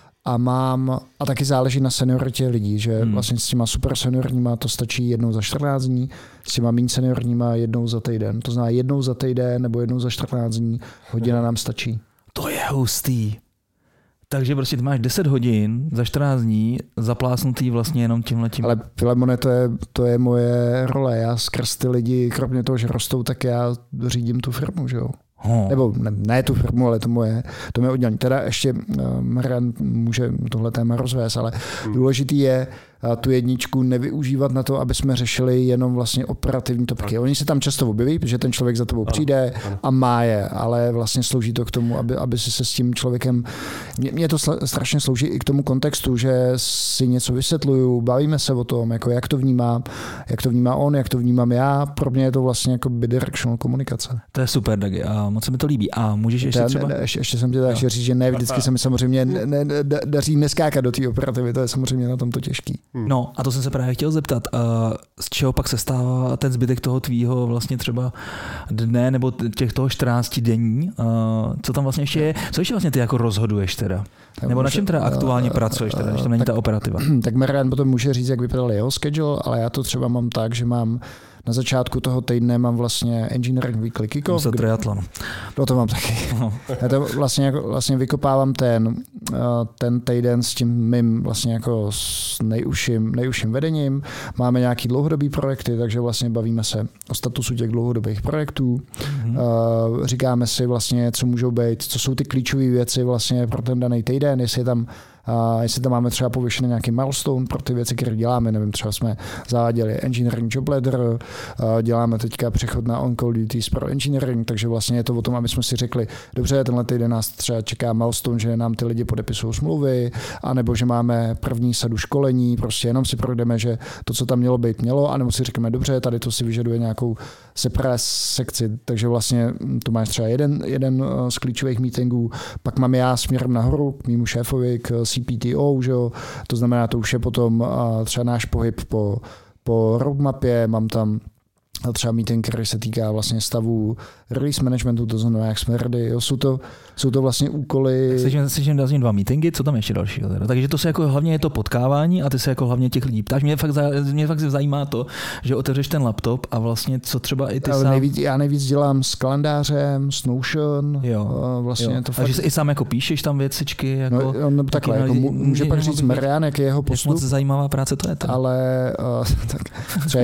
Speaker 1: A taky záleží na senioritě lidí, že vlastně s těma super seniorníma to stačí jednou za 14 dní, s těma méně seniorníma jednou za týden. To znamená jednou za týden nebo jednou za 14 dní hodina nám stačí.
Speaker 2: To je hustý. Takže prostě ty máš 10 hodin za 14 dní zaplásnutý vlastně jenom tímhletím.
Speaker 1: Ale Filemone, to je moje role. Já skrz ty lidi, kromě toho, že rostou, tak já řídím tu firmu, že jo. Nebo ne tu firmu, ale to moje oddělení. Teda ještě Marian může tohle téma rozvést, ale důležitý je tu jedničku nevyužívat na to, aby jsme řešili jenom vlastně operativní topky. Oni se tam často objeví, protože ten člověk za tebou přijde a má je, ale vlastně slouží to k tomu, aby si se s tím člověkem... Mně to strašně slouží i k tomu kontextu, že si něco vysvětluju, bavíme se o tom, jako jak to vnímá on, jak to vnímám já. Pro mě je to vlastně jako bidirectional komunikace.
Speaker 2: To je super, Dagi, a moc se mi to líbí. A můžeš ještě třeba...
Speaker 1: Ještě jsem tě tak říct, že ne vždycky se mi samozřejmě daří neskákat do té operativy, to je samozřejmě na tom to těžký.
Speaker 2: No a to jsem se právě chtěl zeptat, z čeho pak se stává ten zbytek toho tvýho vlastně třeba dne nebo toho 14 denní, co tam vlastně ještě je, co ještě vlastně ty jako rozhoduješ teda? Nebo na čem teda aktuálně pracuješ teda, když tam není ta operativa?
Speaker 1: Tak Marian potom může říct, jak vypadal jeho schedule, ale já to třeba mám tak, že mám na začátku toho týdne mám vlastně Engineering Weekly Kickoff.
Speaker 2: To triatlon.
Speaker 1: No to mám taky. Já to vlastně vykopávám ten týden s tím mým vlastně jako s nejužším vedením. Máme nějaký dlouhodobý projekty, takže vlastně bavíme se o statusu těch dlouhodobých projektů. Říkáme si vlastně, co můžou být, co jsou ty klíčové věci vlastně pro ten daný týden, jestli tam máme třeba pověšený nějaký milestone pro ty věci, které děláme, nevím, třeba jsme zaváděli engineering job ladder, děláme teďka přechod na on-call duties pro engineering, takže vlastně je to o tom, aby jsme si řekli, dobře, tenhle týden nás třeba čeká milestone, že nám ty lidi podepisují smlouvy, anebo že máme první sadu školení, prostě jenom si projdeme, že to, co tam mělo být, mělo, anebo si řekneme, dobře, tady to si vyžaduje nějakou separate sekci, takže vlastně tu máš třeba jeden z klíčových meetingů, pak mám já směrem nahoru k mému šéfovi, k CPTO, že jo? To znamená, to už je potom třeba náš pohyb po roadmapě, mám tam třeba meeting, který se týká vlastně stavu release managementu, to znamená, jak jsme ready. Jo? Jsou to vlastně úkoly...
Speaker 2: Slyším 2 meetingy, co tam ještě dalšího? Takže to se jako hlavně je to potkávání a ty se jako hlavně těch lidí ptáš. Mě fakt zajímá to, že otevřeš ten laptop a vlastně co třeba i ty sám...
Speaker 1: Já nejvíc dělám s kalendářem, s Notion. Vlastně
Speaker 2: jo.
Speaker 1: To
Speaker 2: takže si i sám jako píšeš tam věcičky? Jako,
Speaker 1: no takhle, jako může pak říct Marian, jak je jeho postup.
Speaker 2: Moc zajímavá práce to je. Teda.
Speaker 1: Ale tak, třeba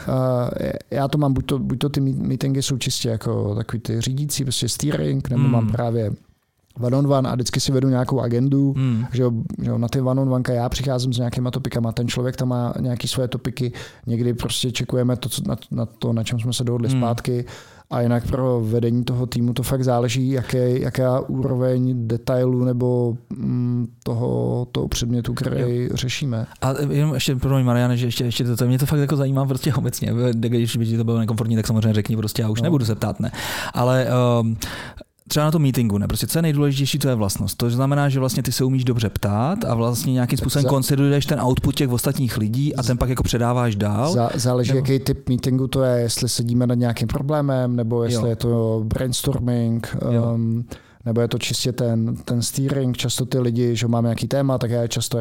Speaker 1: já to mám, buď to ty meetingy jsou čistě jako takový ty řídící, prostě steering, nebo mám právě one-on-one a vždycky si vedu nějakou agendu, že na ty one-on-one já přicházím s nějakýma topikama, ten člověk tam má nějaké svoje topiky, někdy prostě čekujeme na čem jsme se dohodli zpátky. A jinak pro vedení toho týmu to fakt záleží, jaká úroveň detailu nebo toho předmětu, který řešíme.
Speaker 2: A jenom ještě pro mě, Mariane, že ještě to mě to fakt jako zajímá prostě obecně. Když by to bylo nekomfortní, tak samozřejmě řekni prostě, já už nebudu se ptát, ne. Ale třeba na tom meetingu, ne? Prostě co je nejdůležitější, to je vlastnost. To znamená, že vlastně ty se umíš dobře ptát a vlastně nějakým způsobem konsoliduješ ten output těch ostatních lidí a ten pak jako předáváš dál.
Speaker 1: Záleží, jaký typ meetingu to je, jestli sedíme nad nějakým problémem, nebo jestli je to brainstorming, nebo je to čistě ten steering. Často ty lidi, že máme nějaký téma, tak já je často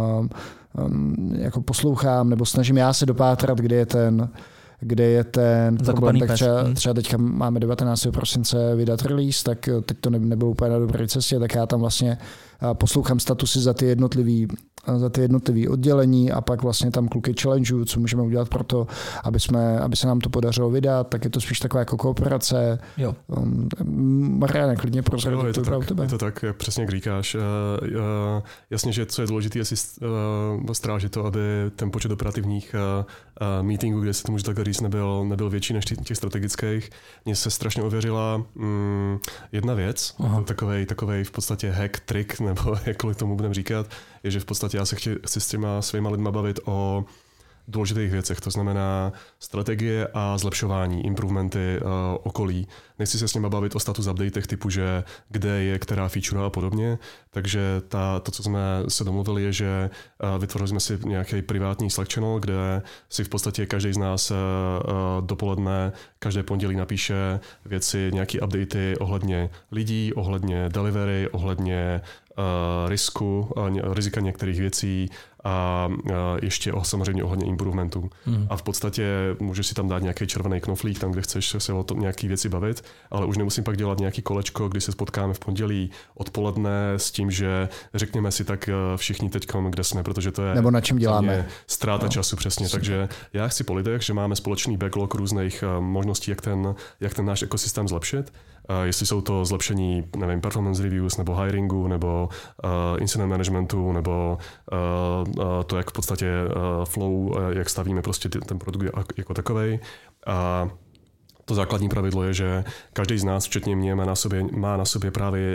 Speaker 1: jako poslouchám, nebo snažím já se dopátrat, kde je ten problém, tak třeba teďka máme 19. prosince vydat release, tak teď to nebylo úplně na dobré cestě, tak já tam vlastně poslouchám statusy za ty jednotlivý oddělení a pak vlastně tam kluky challengeu, co můžeme udělat pro to, aby se nám to podařilo vydat, tak je to spíš taková jako kooperace.
Speaker 2: Jo.
Speaker 1: Mariane, klidně prozradit.
Speaker 3: Je to tak, jak přesně jak říkáš. Jasně, že co je důležité, je si strážit to, aby ten počet operativních meetingů, kde se to může takhle říct, nebyl větší než těch strategických. Mně se strašně ověřila jedna věc, takovej v podstatě hack, trik, nebo jakkoliv tomu budeme říkat, je, že v podstatě já se chci s těma svýma lidma bavit o důležitých věcech, to znamená strategie a zlepšování, improvementy okolí. Nechci se s nimi bavit o status updatech typu, že kde je která feature a podobně, takže to, co jsme se domluvili, je, že vytvořili jsme si nějaký privátní Slack channel, kde si v podstatě každý z nás dopoledne, každé pondělí napíše věci, nějaký updaty ohledně lidí, ohledně delivery, ohledně rizika některých věcí a ještě samozřejmě ohledně improvementu. A v podstatě můžeš si tam dát nějaký červený knoflík, tam, kde chceš se o tom nějaký věci bavit, ale už nemusím pak dělat nějaký kolečko, kdy se potkáme v pondělí odpoledne s tím, že řekněme si tak všichni teďkom, kde jsme, protože to je
Speaker 1: nebo na čem děláme.
Speaker 3: Ztráta času přesně. Takže já chci po lidech, že máme společný backlog různých možností, jak ten náš ekosystém zlepšit. Jestli jsou to zlepšení, nevím, performance reviews, nebo hiringu, nebo incident managementu, nebo to, jak v podstatě flow, jak stavíme prostě ten produkt jako takovej. A to základní pravidlo je, že každý z nás, včetně mě, má na sobě právě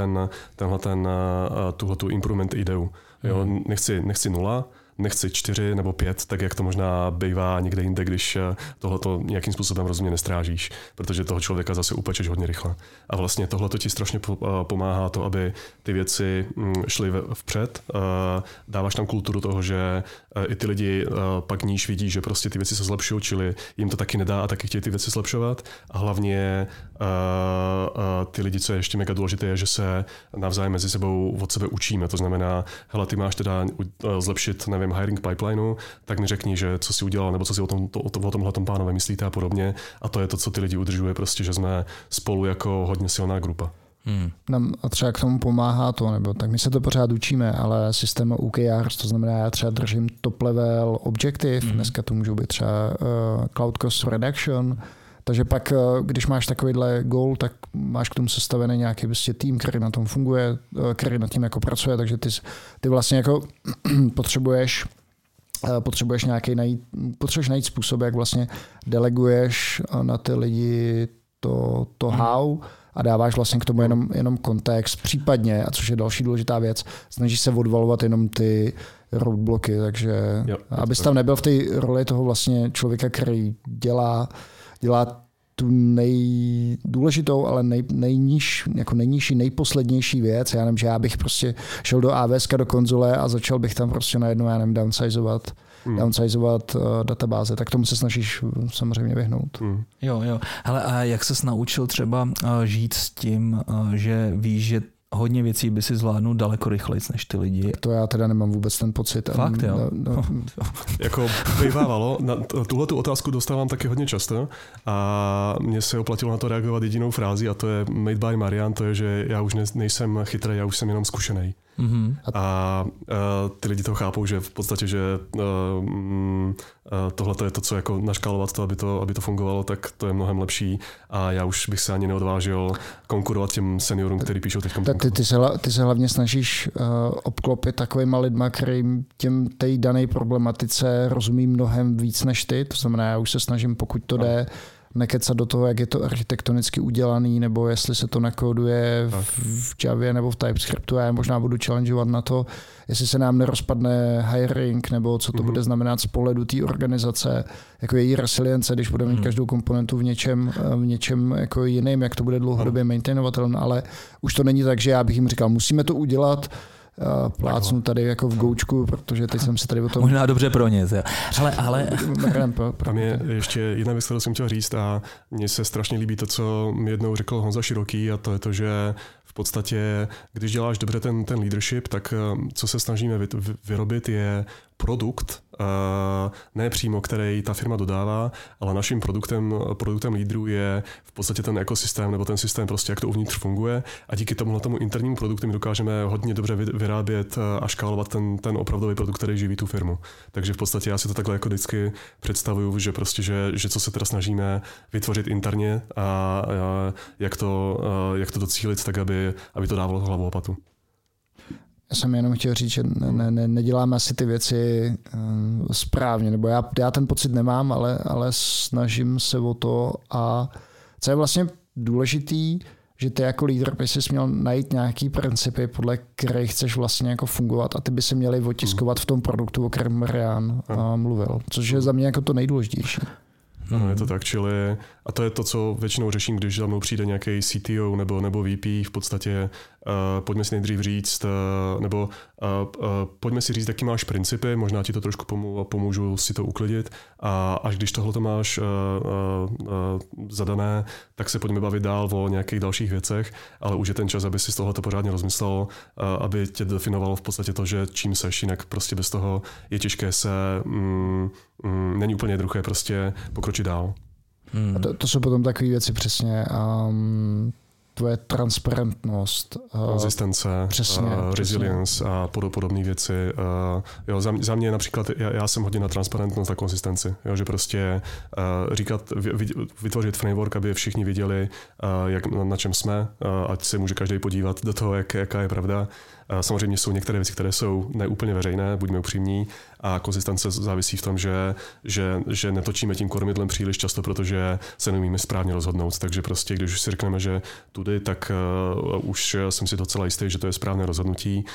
Speaker 3: tuhletu improvement ideu. Jo, nechci 0, nechci 4 nebo 5, tak jak to možná bývá někde jinde, když tohleto nějakým způsobem rozumně nestrážíš, protože toho člověka zase upečeš hodně rychle. A vlastně tohleto ti strašně pomáhá to, aby ty věci šly vpřed. Dáváš tam kulturu toho, že i ty lidi pak níž vidí, že prostě ty věci se zlepšují, čili jim to taky nedá a taky chtějí ty věci zlepšovat. A hlavně ty lidi, co je ještě mega důležité, je, že se navzájem mezi sebou od sebe učíme. To znamená, hele, ty máš teda zlepšit, nevím, hiring pipelineu, tak mi řekni, že co si udělal, nebo co si o tomhletom pánové myslíte a podobně. A to je to, co ty lidi udržuje, prostě, že jsme spolu jako hodně silná grupa.
Speaker 1: Nám a třeba k tomu pomáhá to, nebo tak my se to pořád učíme, ale systém OKRs, to znamená, já třeba držím top level objective, dneska to můžou být třeba cloud cost reduction, takže pak, když máš takovýhle goal, tak máš k tomu sestavený nějaký prostě tým, který na tom funguje, který nad tím jako pracuje, takže ty vlastně jako potřebuješ najít způsob, jak vlastně deleguješ na ty lidi to how a dáváš vlastně k tomu jenom kontext, případně, a což je další důležitá věc, snažíš se odvalovat jenom ty roadblocky, takže abys tam nebyl v té roli toho vlastně člověka, který dělá tu nejdůležitou, ale nejnižší, nejposlednější věc. Já nevím, že já bych prostě šel do AWS, do konzole a začal bych tam prostě najednou, já nevím, downsizovat databáze, tak tomu se snažíš samozřejmě vyhnout.
Speaker 2: Jo. Hele, a jak ses naučil třeba žít s tím, že víš, že hodně věcí by si zvládnul daleko rychleji než ty lidi?
Speaker 1: To já teda nemám vůbec ten pocit.
Speaker 2: Fakt, jo?
Speaker 3: Jako bývávalo, na tuhletu otázku dostávám taky hodně často a mně se oplatilo na to reagovat jedinou frází a to je made by Marian, to je, že já už nejsem chytrý, já už jsem jenom zkušenej. A ty lidi to chápou, že v podstatě, že tohle je to, co jako naškálovat to, aby to fungovalo, tak to je mnohem lepší a já už bych se ani neodvážil konkurovat těm seniorům, kteří píšou teď.
Speaker 1: Ty se hlavně snažíš obklopit takovýma lidma, kterým té dané problematice rozumí mnohem víc než ty, to znamená, já už se snažím, pokud to jde, nekecat do toho, jak je to architektonicky udělaný, nebo jestli se to nakóduje v Javě nebo v TypeScriptu. Já možná budu challengeovat na to, jestli se nám nerozpadne hiring, nebo co to bude znamenat z pohledu té organizace, jako její resilience, když budeme mít každou komponentu v něčem jako jiným, jak to bude dlouhodobě maintainovatelné, ale už to není tak, že já bych jim říkal, musíme to udělat, plácnu tady jako v goučku, protože teď jsem se tady o tom...
Speaker 2: Možná dobře pro ně. Ale...
Speaker 3: Tam je ještě jedna věc, kterou jsem chtěl říct a mně se strašně líbí to, co mi jednou řekl Honza Široký a to je to, že v podstatě, když děláš dobře ten leadership, tak co se snažíme vyrobit je produkt, ne přímo, který ta firma dodává, ale naším produktem lídrů je v podstatě ten ekosystém nebo ten systém, prostě jak to uvnitř funguje a díky tomu internímu produktu my dokážeme hodně dobře vyrábět a škálovat ten opravdový produkt, který živí tu firmu. Takže v podstatě já si to takhle jako vždycky představuju, že prostě, že co se teda snažíme vytvořit interně a jak to docílit tak, aby to dávalo hlavu a patu.
Speaker 1: Já jsem jenom chtěl říct, že neděláme asi ty věci správně, nebo já ten pocit nemám, ale snažím se o to a co je vlastně důležitý, že ty jako lídr by si měl najít nějaký principy, podle kterých chceš vlastně jako fungovat a ty by se měly otiskovat v tom produktu, o kterém Marian mluvil, což je za mě jako to nejdůležitější.
Speaker 3: Ano, je to tak, čili a to je to, co většinou řeším, když za mnou přijde nějaký CTO nebo VP, v podstatě pojďme si nejdřív říct, nebo pojďme si říct, jaký máš principy, možná ti to trošku pomůžu si to uklidit a až když tohle to máš zadané, tak se pojďme bavit dál o nějakých dalších věcech, ale už je ten čas, aby si z tohoto pořádně rozmyslel, aby tě definovalo v podstatě to, že čím seš, jinak prostě bez toho je těžké se, není úplně jednoduché prostě pokročit dál.
Speaker 1: A to jsou potom takové věci přesně, tvoje transparentnost.
Speaker 3: Konzistence, resilience a podobné věci. Jo, za mě například, já jsem hodně na transparentnost a konzistenci. Jo, že prostě vytvořit framework, aby všichni viděli, na čem jsme, ať se může každý podívat do toho, jaká je pravda. Samozřejmě jsou některé věci, které jsou neúplně veřejné, buďme upřímní, a konzistence závisí v tom, že netočíme tím kormidlem příliš často, protože se neumíme správně rozhodnout. Takže prostě, když už si řekneme, že tudy, tak už jsem si docela jistý, že to je správné rozhodnutí.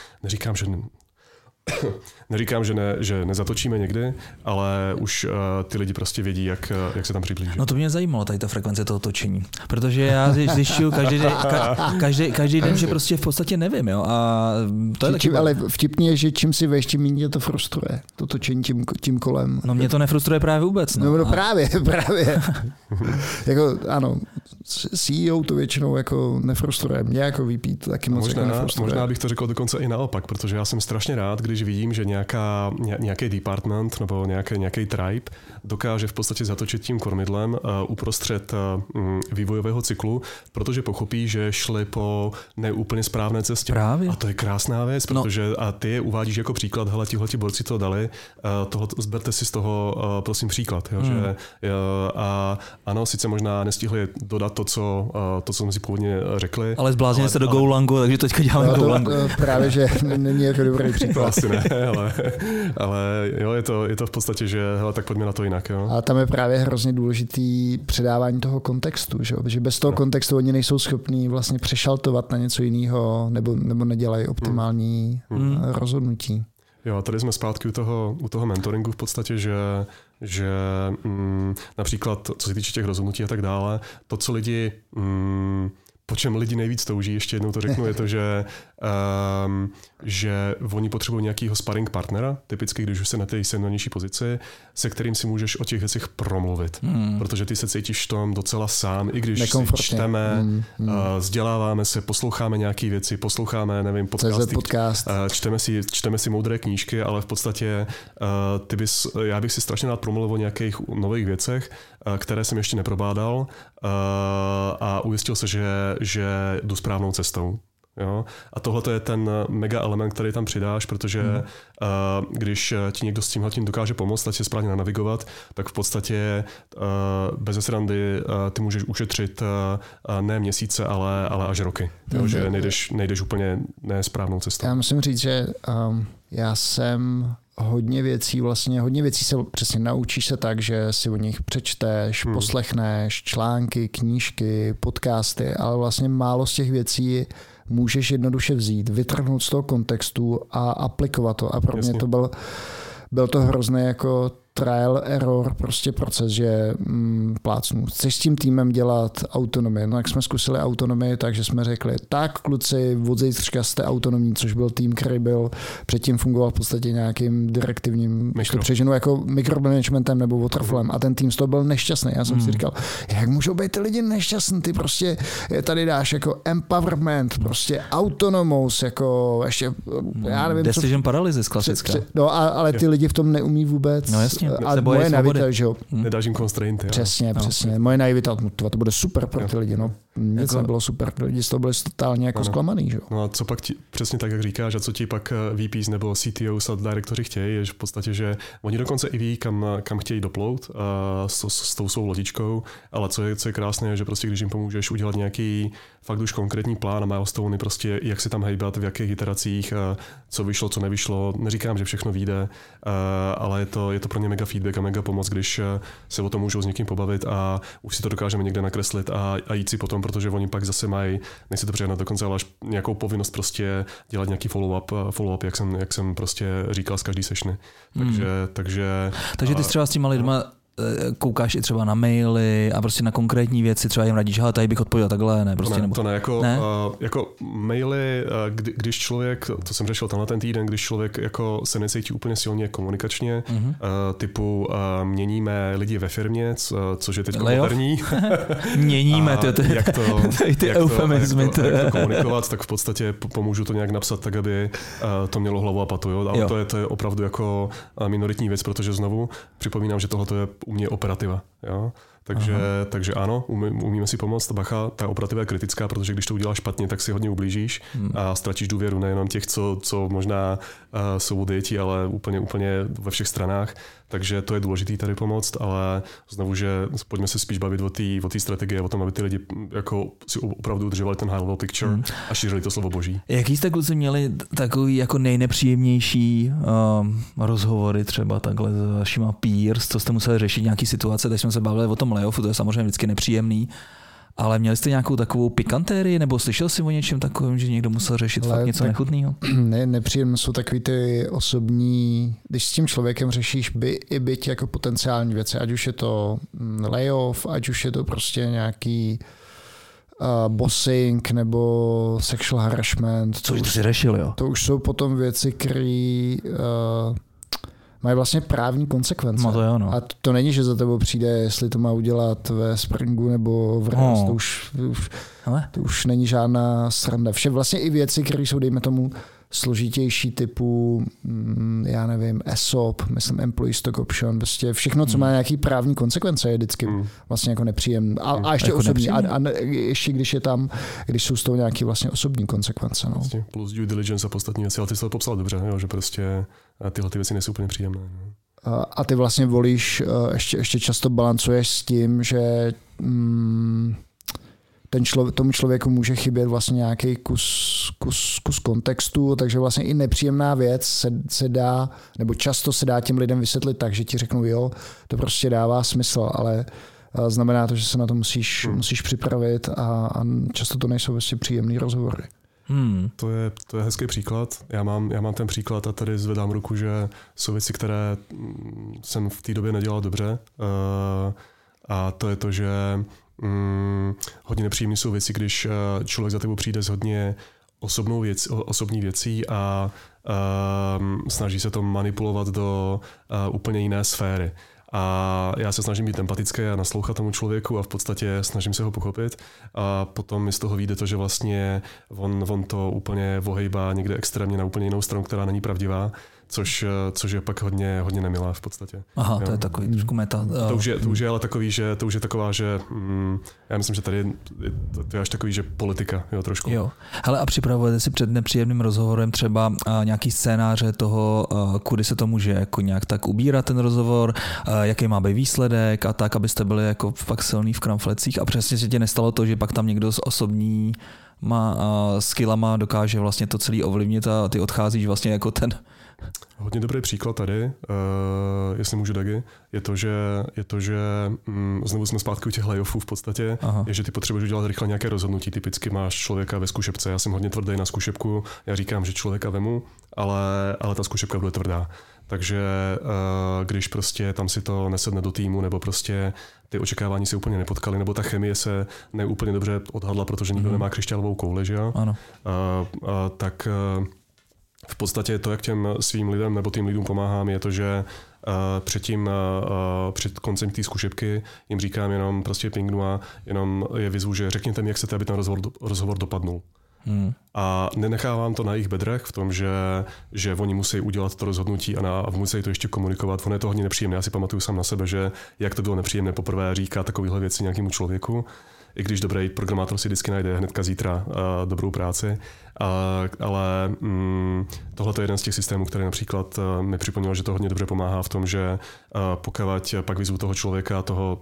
Speaker 3: Neříkám, že nezatočíme někdy, ale už ty lidi prostě vědí, jak se tam přiblížit.
Speaker 2: No to mě zajímalo, tady ta frekvence toho točení. Protože já zjišťuju každý den, že prostě v podstatě nevím. Jo? A to je taky...
Speaker 1: Ale vtipně je, že čím si veš, tím méně to frustruje. To točení tím kolem.
Speaker 2: No mě to nefrustruje právě vůbec.
Speaker 1: No právě. Jako, ano, CEO to většinou jako nefrustruje. Mě jako VP to taky moc nefrustruje.
Speaker 3: Možná bych to řekl dokonce i naopak, protože já jsem strašně rád, když vidím, že nějaký department nebo nějaký tribe dokáže v podstatě zatočit tím kormidlem uprostřed vývojového cyklu, protože pochopí, že šli po neúplně správné cestě.
Speaker 2: Právě.
Speaker 3: A to je krásná věc, protože a ty je uvádíš jako příklad, hele, tihleti borci to dali, zberte si z toho prosím příklad. Jo, že, a ano, sice možná nestihli dodat to, co jsme si původně řekli.
Speaker 2: Ale zbláznili se do Golangu, takže teďka děláme Golangu.
Speaker 1: Právě, že není jako dobrý příklad.
Speaker 3: Asi ne, ale jo, je to v podstatě, že hele, tak pojďme na to jinak. Jo.
Speaker 1: A tam je právě hrozně důležitý předávání toho kontextu, že bez toho kontextu oni nejsou schopní vlastně přešaltovat na něco jiného nebo nedělají optimální rozhodnutí.
Speaker 3: Jo, a tady jsme zpátky u toho mentoringu v podstatě, že například, co se týče těch rozhodnutí a tak dále, to, co lidi, po čem lidi nejvíc touží, ještě jednou to řeknu, je to, že oni potřebují nějakého sparring partnera, typicky, když už se na té seniornější pozici, se kterým si můžeš o těch věcech promluvit. Protože ty se cítíš v tom docela sám, i když si čteme, vzděláváme se, posloucháme nějaké věci, posloucháme, nevím,
Speaker 1: podcast.
Speaker 3: Čteme si moudré knížky, ale v podstatě já bych si strašně rád promluvil o nějakých nových věcech, které jsem ještě neprobádal a ujistil se, že jdu správnou cestou. Jo? A tohle je ten mega element, který tam přidáš, protože když ti někdo s tímhletím dokáže pomoct, ať se správně navigovat, tak v podstatě bez srandy ty můžeš ušetřit ne měsíce, ale až roky. Jo? Že nejdeš úplně nesprávnou cestou.
Speaker 1: Já musím říct, že já jsem hodně věcí se přesně naučíš se tak, že si o nich přečteš, poslechneš články, knížky, podcasty, ale vlastně málo z těch věcí můžeš jednoduše vzít, vytrhnout z toho kontextu a aplikovat to. A pro mě to byl to hrozný jako trial error, prostě proces, že plácnu. Chceš s tím týmem dělat autonomii. No jak jsme zkusili autonomii, takže jsme řekli, tak kluci, od zítřka jste autonomní, což byl tým, který byl předtím fungoval v podstatě nějakým direktivním přeženu jako mikromanagementem nebo waterfallem a ten tým z toho byl nešťastný. Já jsem si říkal, jak můžou být ty lidi nešťastní, ty prostě tady dáš jako empowerment, prostě autonomous, jako ještě, já nevím,
Speaker 2: decision paralysis klasická.
Speaker 1: No ale ty lidi v tom neumí vůbec.
Speaker 2: No jasně.
Speaker 1: A moje naivita, že jo.
Speaker 3: Nedáš jim constrainty.
Speaker 1: Přesně. Moje naivita, to bude super pro ty lidi. No, nic nebylo super. Lidi z toho byli totálně jako zklamaný, že jo.
Speaker 3: No a co pak přesně tak, jak říkáš, a co ti pak VPs nebo CTOs a direktoři chtějí, je v podstatě, že oni dokonce i ví, kam chtějí doplout s tou svou lodičkou, ale co je krásné, je, že prostě když jim pomůžeš udělat nějaký fakt už konkrétní plán a milestone, prostě jak se tam hejbat, v jakých iteracích, co vyšlo, co nevyšlo. Neříkám, že všechno vyjde, ale je to pro ně mega feedback a mega pomoc, když se o tom můžou s někým pobavit a už si to dokážeme někde nakreslit a jít si potom, protože oni pak zase mají, nechci to přijednat dokonce, ale až nějakou povinnost prostě dělat nějaký follow-up, jak jsem prostě říkal z každý sešny. Takže
Speaker 2: ty třeba s těma lidma koukáš i třeba na maily a prostě na konkrétní věci, třeba jim radíš, tady bych odpověděl takhle, ne? Prostě,
Speaker 3: to ne, jako maily, když člověk, to jsem řešil tenhle ten týden, když člověk jako se necítí úplně silně komunikačně, typu měníme lidi ve firmě, což je teď moderní.
Speaker 2: Měníme,
Speaker 3: jak to komunikovat, tak v podstatě pomůžu to nějak napsat tak, aby to mělo hlavu a patu. Jo? Ale to je opravdu jako minoritní věc, protože znovu připomínám, že tohle je u mě operativa. Jo? Takže ano, umíme si pomoct. Bacha, ta operativa je kritická, protože když to uděláš špatně, tak si hodně ublížíš a ztratíš důvěru nejenom těch, co možná jsou odjetí, ale úplně ve všech stranách. Takže to je důležitý tady pomoct, ale znovu, že pojďme se spíš bavit o té strategii, o tom, aby ty lidi jako si opravdu udržovali ten high level picture a šířili to slovo boží.
Speaker 2: Jaký jste kluci měli takový jako nejnepříjemnější rozhovory třeba takhle s vašima peers, co jste museli řešit nějaký situace, teď jsme se bavili o tom layoffu, to je samozřejmě vždycky nepříjemný, ale měli jste nějakou takovou pikantérii, nebo slyšel jsi o něčem takovém, že někdo musel řešit fakt něco nechutného?
Speaker 1: Nepříjemné jsou takový ty osobní, když s tím člověkem řešíš byť jako potenciální věci, ať už je to layoff, ať už je to prostě nějaký bossing nebo sexual harassment.
Speaker 2: Co už jsi řešil, jo?
Speaker 1: To už jsou potom věci, které mají vlastně právní konsekvence.
Speaker 2: No to jo, no.
Speaker 1: A to není, že za tebou přijde, jestli to má udělat ve Springu nebo v Rails. To už není žádná sranda. Vše vlastně i věci, které jsou, dejme tomu, složitější typu, já nevím, ESOP, myslím Employee Stock Option, prostě všechno, co má nějaký právní konsekvence, je vždycky vlastně jako nepříjemné. A ještě jako osobní. A ještě když jsou z toho nějaké vlastně osobní konsekvence. No.
Speaker 3: Vlastně plus due diligence a podstatní věci, ale ty jsi to popsal dobře, jo, že prostě tyhle ty věci nejsou úplně příjemné.
Speaker 1: A ty vlastně volíš, ještě často balancuješ s tím, že tomu člověku může chybět vlastně nějaký kus kontextu, takže vlastně i nepříjemná věc se dá, nebo často se dá těm lidem vysvětlit tak, že ti řeknou, jo, to prostě dává smysl, ale znamená to, že se na to musíš připravit a často to nejsou vlastně příjemný rozhovory.
Speaker 3: To je hezký příklad. Já mám ten příklad a tady zvedám ruku, že jsou věci, které jsem v té době nedělal dobře. A to je to, že hodně nepříjemné jsou věci, když člověk za tebou přijde s hodně osobní věcí a snaží se to manipulovat do úplně jiné sféry. A já se snažím být empatický a naslouchat tomu člověku a v podstatě snažím se ho pochopit. A potom mi z toho vyjde to, že vlastně on to úplně ohejbá někde extrémně na úplně jinou stranu, která není pravdivá. Což je pak hodně nemilé v podstatě.
Speaker 2: Aha, jo. To je takový trošku meta.
Speaker 3: To už je ale takový, že to už je taková, že já myslím, že tady to je až takový, že politika, jo, trošku.
Speaker 2: Jo. Hele, a připravujete si před nepříjemným rozhovorem třeba nějaký scénáře toho, kudy se to může jako nějak tak ubírat ten rozhovor, jaký má být výsledek a tak, abyste byli jako fakt silný v kramflecích a přesně se tě nestalo to, že pak tam někdo z osobní skillama dokáže vlastně to celý ovlivnit a ty odcházíš vlastně jako ten.
Speaker 3: Hodně dobrý příklad tady, jestli můžu, Dagi, je to, že znovu jsme zpátky u těch layoffů v podstatě, je, že ty potřebuješ udělat rychle nějaké rozhodnutí. Typicky máš člověka ve zkušebce, já jsem hodně tvrdý na zkušebku, já říkám, že člověka vemu, ale ta zkušebka bude tvrdá. Takže když prostě tam si to nesedne do týmu, nebo prostě ty očekávání se úplně nepotkaly, nebo ta chemie se neúplně dobře odhadla, protože nikdo nemá křišťálovou kouli, že jo?
Speaker 2: Ano.
Speaker 3: Tak v podstatě to, jak těm svým lidem nebo tým lidům pomáhám, je to, že před koncem té zkušebky jim říkám jenom prostě pingnu a jenom je vyzvu, že řekněte mi, jak chcete, aby ten rozhovor dopadnul. A nenechávám to na jejich bedrech v tom, že oni musí udělat to rozhodnutí a musí to ještě komunikovat. Ono je to hodně nepříjemné. Já si pamatuju sám na sebe, že jak to bylo nepříjemné poprvé říkat takovéhle věci nějakému člověku, i když dobrý programátor si vždycky najde hnedka zítra dobrou práci. Ale tohle je jeden z těch systémů, který například mi připomněl, že to hodně dobře pomáhá v tom, že pokud pak vyzvu toho člověka, toho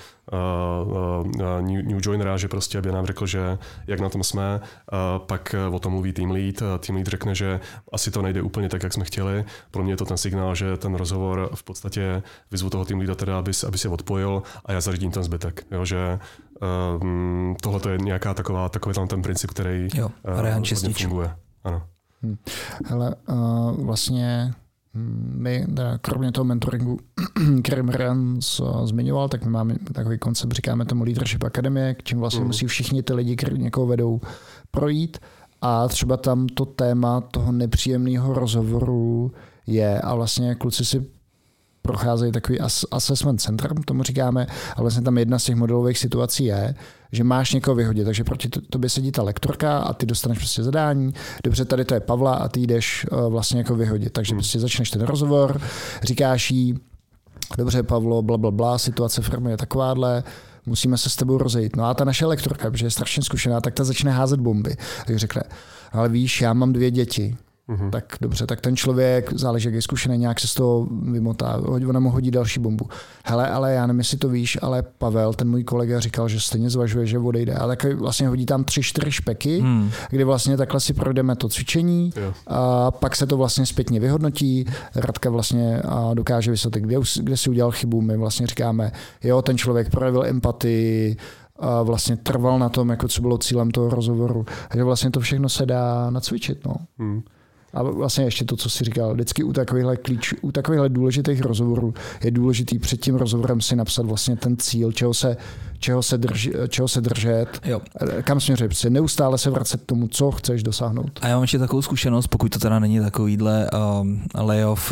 Speaker 3: new joinera, že prostě aby nám řekl, že jak na tom jsme, pak o tom mluví team lead řekne, že asi to nejde úplně tak, jak jsme chtěli. Pro mě je to ten signál, že ten rozhovor v podstatě vyzvu toho team leada teda, aby se odpojil a já zařídím ten zbytek. Jo, že tohle je nějaká takový tam ten princip, který funguje. Ano.
Speaker 1: Hele, vlastně my kromě toho mentoringu který Marian zmiňoval, tak my máme takový koncept, říkáme tomu Leadership Akademie, k čím vlastně musí všichni ty lidi, kteří někoho vedou, projít. A třeba tam to téma toho nepříjemného rozhovoru je, a vlastně kluci si procházejí takový assessment center, tomu říkáme, a vlastně tam jedna z těch modelových situací je, že máš někoho vyhodit, takže proti tobě sedí ta lektorka a ty dostaneš prostě zadání, dobře, tady to je Pavla a ty jdeš vlastně jako vyhodit, takže prostě začneš ten rozhovor, říkáš jí, dobře Pavlo, blablabla, situace firmy je takováhle, musíme se s tebou rozejít. No a ta naše lektorka, protože je strašně zkušená, tak ta začne házet bomby. Tak řekne, ale víš, já mám 2 děti. Tak dobře, tak ten člověk, záleží, jak je zkušený, nějak se z toho vymotá, ona mu hodí další bombu. Hele, ale já nevím, jestli to víš, ale Pavel, ten můj kolega, říkal, že stejně zvažuje, že odejde. A tak vlastně hodí tam 3-4 špeky, kdy vlastně takhle si projdeme to cvičení, a pak se to vlastně zpětně vyhodnotí. Radka vlastně dokáže vysvětlit, kde si udělal chybu. My vlastně říkáme, jo, ten člověk projevil empatii, a vlastně trval na tom, jako co bylo cílem toho rozhovoru. Takže vlastně to všechno se dá nacvičit. No. A vlastně ještě to, co jsi říkal, vždycky u takovýchhle důležitých rozhovorů je důležitý před tím rozhovorem si napsat vlastně ten cíl, čeho se držet, jo. Kam směřuje, prostě neustále se vracet k tomu, co chceš dosáhnout.
Speaker 2: A já mám ještě takovou zkušenost, pokud to teda není takovýhle layoff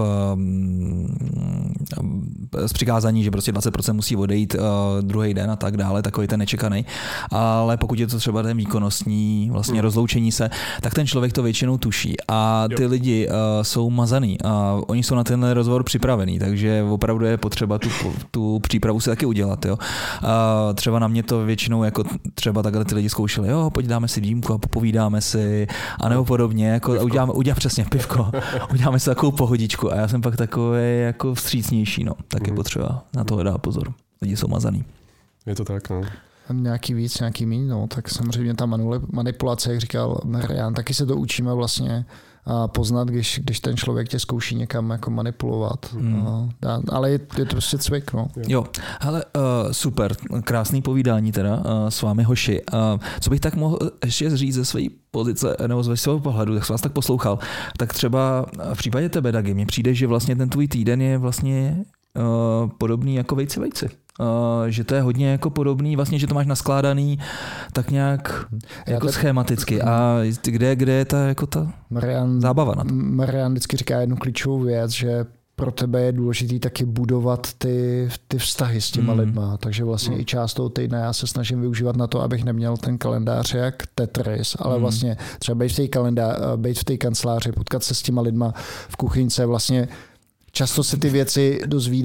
Speaker 2: z přikázání, že prostě 20% musí odejít druhý den a tak dále, takový ten nečekaný, ale pokud je to třeba ten výkonnostní vlastně rozloučení se, tak ten člověk to většinou tuší a ty lidi jsou mazaný a oni jsou na tenhle rozhovor připravený, takže opravdu je potřeba tu přípravu si taky udělat. Jo. Třeba na mě to většinou jako třeba takhle ty lidi zkoušeli, jo, pojď dáme si dýmku a popovídáme si a nebo podobně, jako uděláme přesně pivko, uděláme si takovou pohodičku a já jsem pak takový jako vstřícnější, no, tak je potřeba na to dát pozor. Lidi jsou mazaný.
Speaker 3: Je to tak, no.
Speaker 1: Nějaký víc, nějaký míň, no, tak samozřejmě ta manipulace, jak říkal Marian, taky se to učíme vlastně poznat, když ten člověk tě zkouší někam jako manipulovat. Ale je to prostě cvik. No.
Speaker 2: Jo, hele, super, krásný povídání teda s vámi, hoši. Co bych tak mohl ještě říct ze své pozice nebo ze svého pohledu, jak jsem vás tak poslouchal, tak třeba v případě tebe, Dagi, mně přijde, že vlastně ten tvůj týden je vlastně podobný jako vejci. Že to je hodně jako podobný, vlastně, že to máš naskládaný tak nějak jako schematicky. A kde je ta, jako ta zábava na to?
Speaker 1: Marian vždycky říká jednu klíčovou věc, že pro tebe je důležitý taky budovat ty vztahy s těma lidma. Takže vlastně i část toho týdne já se snažím využívat na to, abych neměl ten kalendář jak Tetris, ale vlastně třeba být v té kanceláři, potkat se s těma lidma v kuchyňce, vlastně často se ty věci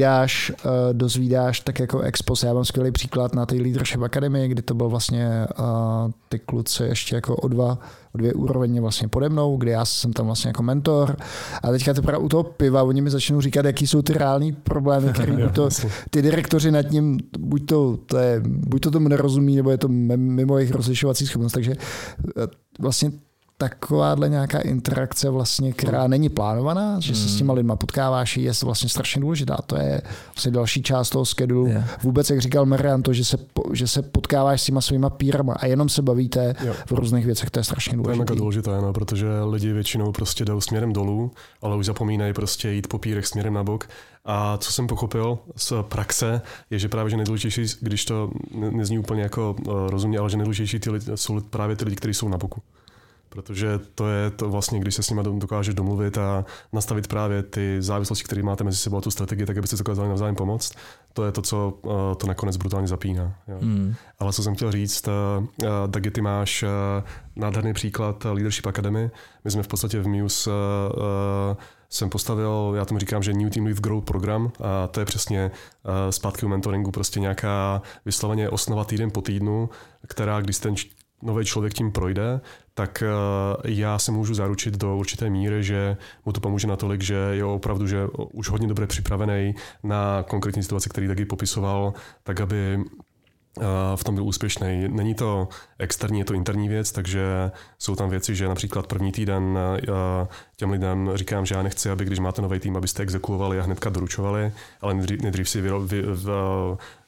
Speaker 1: dozvídáš tak jako ex post. Já mám skvělý příklad na té Leadership Akademii, kdy to byl vlastně ty kluci ještě jako o dvě úrovně vlastně pode mnou, kdy já jsem tam vlastně jako mentor. A teďka teprve u toho piva oni mi začnou říkat, jaký jsou ty reální problémy, který ty direktoři nad ním buď to tomu nerozumí, nebo je to mimo jejich rozlišovací schopnost. Takže vlastně takováhle nějaká interakce vlastně, která není plánovaná, že se s těma lidma potkáváš, je vlastně strašně důležitá. To je vlastně další část toho schedulu. Vůbec, jak říkal Marian, to, že se potkáváš s těma svýma pírama a jenom se bavíte v různých věcech, to je strašně důležité.
Speaker 3: To je mega důležité, no, protože lidi většinou prostě jdou směrem dolů, ale už zapomínají prostě jít po pírech směrem na bok. A co jsem pochopil z praxe, je, že právě že nejdůležitější, když to nezní úplně jako rozumně, ale že nejdůležitější jsou právě ty lidi, kteří jsou na boku. Protože to je to vlastně, když se s nimi dokážeš domluvit a nastavit právě ty závislosti, které máte mezi sebou a tu strategii, tak abyste dokázali navzájem pomoct. To je to, co to nakonec brutálně zapíná. Jo. Ale co jsem chtěl říct, Dagi, ty máš nádherný příklad Leadership Academy. My jsme v podstatě v Muse jsem postavil, já tomu říkám, že New Team Lead Growth program a to je přesně zpátky u mentoringu, prostě nějaká vysloveně osnova týden po týdnu, která, když ten nový člověk tím projde, tak já se můžu zaručit do určité míry, že mu to pomůže natolik, že je opravdu že už hodně dobře připravený na konkrétní situaci, který taky popisoval, tak aby v tom byl úspěšný. Není to externí, je to interní věc, takže jsou tam věci, že například první týden těm lidem říkám, že já nechci, aby když máte nový tým, abyste exekuovali a hnedka doručovali, ale nejdřív si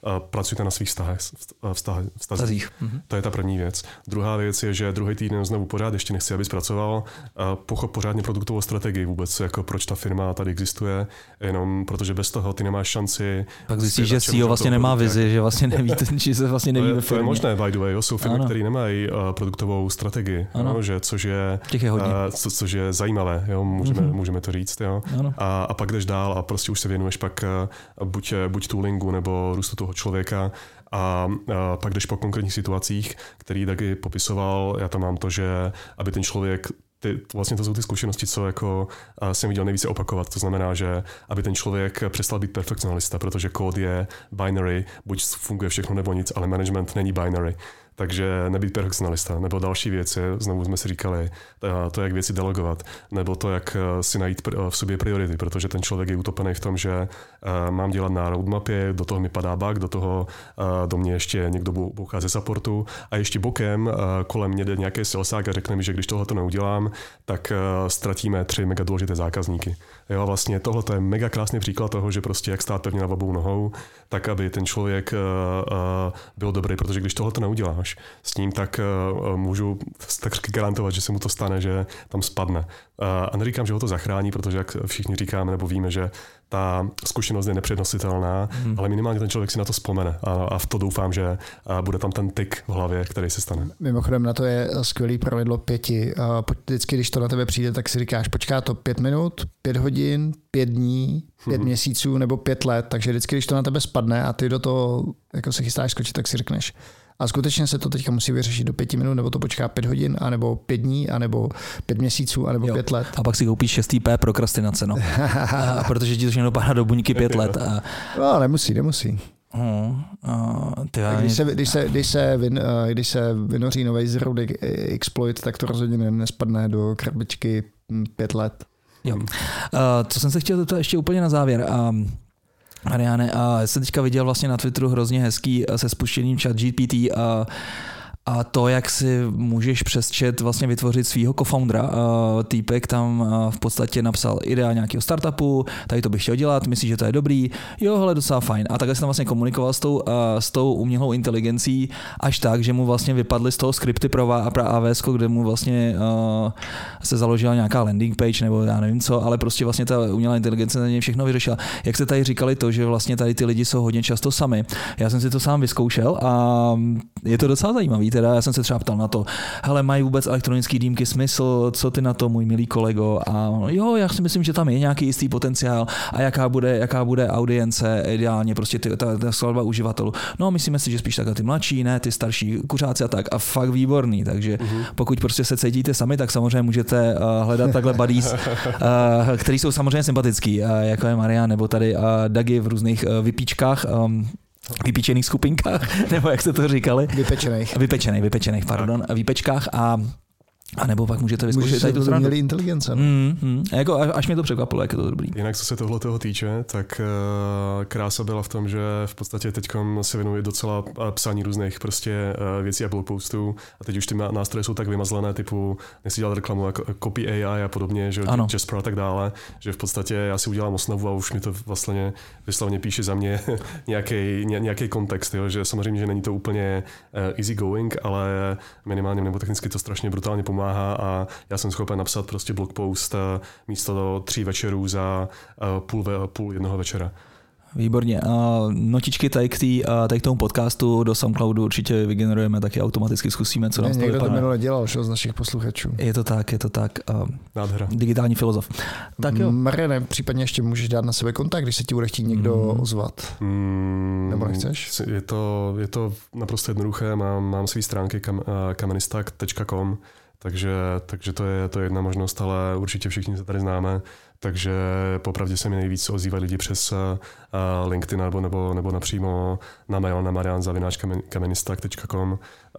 Speaker 3: pracujte na svých vztazích. To je ta první věc. Druhá věc je, že druhý týden znovu pořád, ještě nechci, aby zpracoval, pochop pořádně produktovou strategii vůbec, jako proč ta firma tady existuje, jenom protože bez toho ty nemáš šanci.
Speaker 2: Pak zjistíš, že CEO vlastně nemá vizi, že vlastně nevíte, že se vlastně neví ve firmě.
Speaker 3: To je možné, by the way, jsou firmy, které nemají produktovou strategii, což je zajímavé, jo, můžeme to říct. Jo. A pak jdeš dál a prostě už se věnuješ pak buď toolingu nebo růstu toho člověka a pak jdeš po konkrétních situacích, který taky popisoval. Já tam mám to, že aby ten člověk vlastně to jsou ty zkušenosti, co jako jsem viděl nejvíce opakovat. To znamená, že aby ten člověk přestal být perfekcionalista, protože kód je binary, buď funguje všechno nebo nic, ale management není binary. Takže nebýt perfekcionalista. Nebo další věc je, znovu jsme si říkali, to, jak věci delegovat, nebo to, jak si najít v sobě priority, protože ten člověk je utopený v tom, že mám dělat na roadmapě, do toho mi padá bug, do mě ještě někdo bouchá ze supportu a ještě bokem kolem mě jde nějaký salesák a řekne mi, že když tohle to neudělám, tak ztratíme 3 mega důležité zákazníky. Jo, vlastně tohle je mega krásný příklad toho, že prostě jak stát pevně na obou nohou, tak aby ten člověk byl dobrý, protože když tohle to neuděláš s ním, tak můžu tak garantovat, že se mu to stane, že tam spadne. A neříkám, že ho to zachrání, protože jak všichni říkáme nebo víme, že ta zkušenost je nepřednositelná, ale minimálně ten člověk si na to vzpomene a v to doufám, že bude tam ten tik v hlavě, který se stane.
Speaker 1: Mimochodem na to je skvělý pravidlo 5. Vždycky, když to na tebe přijde, tak si říkáš, počká to 5 minut, 5 hodin, 5 dní, 5 měsíců nebo 5 let, takže vždycky, když to na tebe spadne a ty do toho jako se chystáš skočit, tak si řekneš, a skutečně se to teďka musí vyřešit do 5 minut, nebo to počká 5 hodin, anebo 5 dní, anebo 5 měsíců, anebo 5 let.
Speaker 2: A pak si koupíš 6. P prokrastinace, no. Protože ti to všechno padá do buňky 5 let.
Speaker 1: No, nemusí. Když se vynoří nový zero day exploit, tak to rozhodně nespadne do krabičky 5 let.
Speaker 2: Jo. Co jsem se chtěl zeptat ještě úplně na závěr. Mariane, já jsem teďka viděl vlastně na Twitteru hrozně hezký se spuštěním ChatGPT a to, jak si můžeš přes chat vlastně vytvořit svýho co-foundera. Týpek tam v podstatě napsal idea nějakého startupu, tady to bych chtěl dělat, myslíš, že to je dobrý, jo, hele, docela fajn. A takhle jsem tam vlastně komunikoval s tou umělou inteligencí až tak, že mu vlastně vypadly z toho skripty pro AWS, kde mu vlastně se založila nějaká landing page nebo já nevím co, ale prostě vlastně ta umělá inteligence na něj všechno vyřešila. Jak se tady říkali to, že vlastně tady ty lidi jsou hodně často sami. Já jsem si to sám vyzkoušel a je to docela zajímavý. Teda já jsem se třeba ptal na to, hele, mají vůbec elektronický dýmky smysl, co ty na to, můj milý kolego? A jo, já si myslím, že tam je nějaký jistý potenciál a jaká bude audience ideálně, prostě ta skladba uživatelů. No, myslíme si, že spíš takhle ty mladší, ne, ty starší kuřáci a tak. A fakt výborný, takže pokud prostě se cítíte sami, tak samozřejmě můžete hledat takhle buddies, který jsou samozřejmě sympatický, jako je Marian nebo tady Dagi v různých vypíčkách, vypíčených skupinkách, nebo jak jste to říkali? Vypečených, pardon, výpečkách a nebo pak můžete vyzkoušet tady tu stranu.
Speaker 1: Inteligence.
Speaker 2: Jako až mě to překvapilo, jak je to dobrý.
Speaker 3: Jinak, co se toho týče, tak krása byla v tom, že v podstatě teďkom se věnuje docela psání různých prostě věcí a blogpostů a teď už ty nástroje jsou tak vymazlené, typu, nechci dělat reklamu jako Copy AI a podobně, že Jasper a tak dále, že v podstatě já si udělám osnovu a už mi to vlastně vyslovně píše za mě nějaký kontext, jo? Že samozřejmě, že není to úplně easy going, ale minimálně nebo technicky to strašně brutálně pomáhá a já jsem schopen napsat prostě blogpost místo 3 večerů za půl jednoho večera.
Speaker 2: Výborně. Notičky tady k tomu podcastu do SoundCloudu určitě vygenerujeme, taky automaticky zkusíme, co nám to vypadá.
Speaker 1: Někdo to minule dělal, z našich posluchačů.
Speaker 2: Je to tak.
Speaker 3: Nádhera.
Speaker 2: Digitální filozof. Tak jo.
Speaker 1: Mariane, případně ještě můžeš dát na sebe kontakt, když se ti bude chtít někdo ozvat. Nebo nechceš?
Speaker 3: Je to naprosto jednoduché, mám svý stránky kamenistak.com, takže to je jedna možnost, ale určitě všichni se tady známe, takže popravdě se mi nejvíc ozývají lidi přes LinkedIn nebo napřímo na mail na marian@kamenistak.com,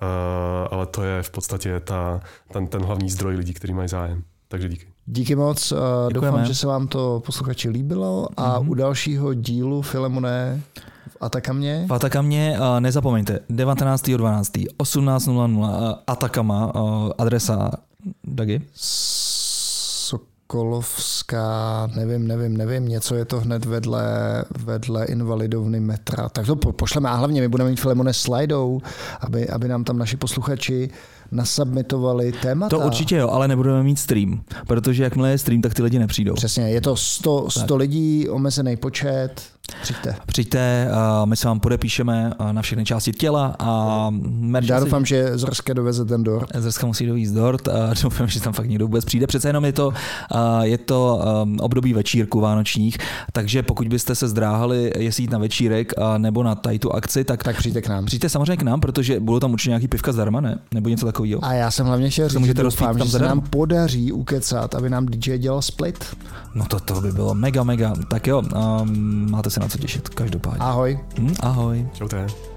Speaker 3: ale to je v podstatě ten hlavní zdroj lidí, kteří mají zájem. Takže díky.
Speaker 1: Díky moc, doufám, že se vám to posluchači líbilo a u dalšího dílu Filemone v
Speaker 2: Atakamě nezapomeňte, 19.12. 18.00 Atakama, adresa Dagi?
Speaker 1: Sokolovská, nevím, něco je to hned vedle Invalidovny metra. Tak to pošleme a hlavně my budeme mít Filemone slidou, aby nám tam naši posluchači nasubmitovali témata.
Speaker 2: To určitě jo, ale nebudeme mít stream, protože jakmile je stream, tak ty lidi nepřijdou.
Speaker 1: Přesně, je to 100 lidí, omezený počet.
Speaker 2: Přijďte, my se vám podepíšeme na všechny části těla a
Speaker 1: já doufám, že Zorska doveze ten dort.
Speaker 2: Zorska musí dovízt dort a doufám, že tam fakt někdo vůbec přijde. Přece jenom je to období večírku vánočních, takže pokud byste se zdráhali, jestli jít na večírek nebo na tu akci, tak
Speaker 1: přijďte k nám.
Speaker 2: Přijďte samozřejmě k nám, protože budou tam určitě nějaký pivka zdarma, ne? Nebo něco takového.
Speaker 1: A já jsem hlavně chtěl říct, že doufám, že se nám podaří ukecat, aby nám DJ dělal split.
Speaker 2: No to by bylo mega. Tak jo, máte se na co těšit, každopádně.
Speaker 1: Ahoj.
Speaker 2: Ahoj.
Speaker 3: Čaute.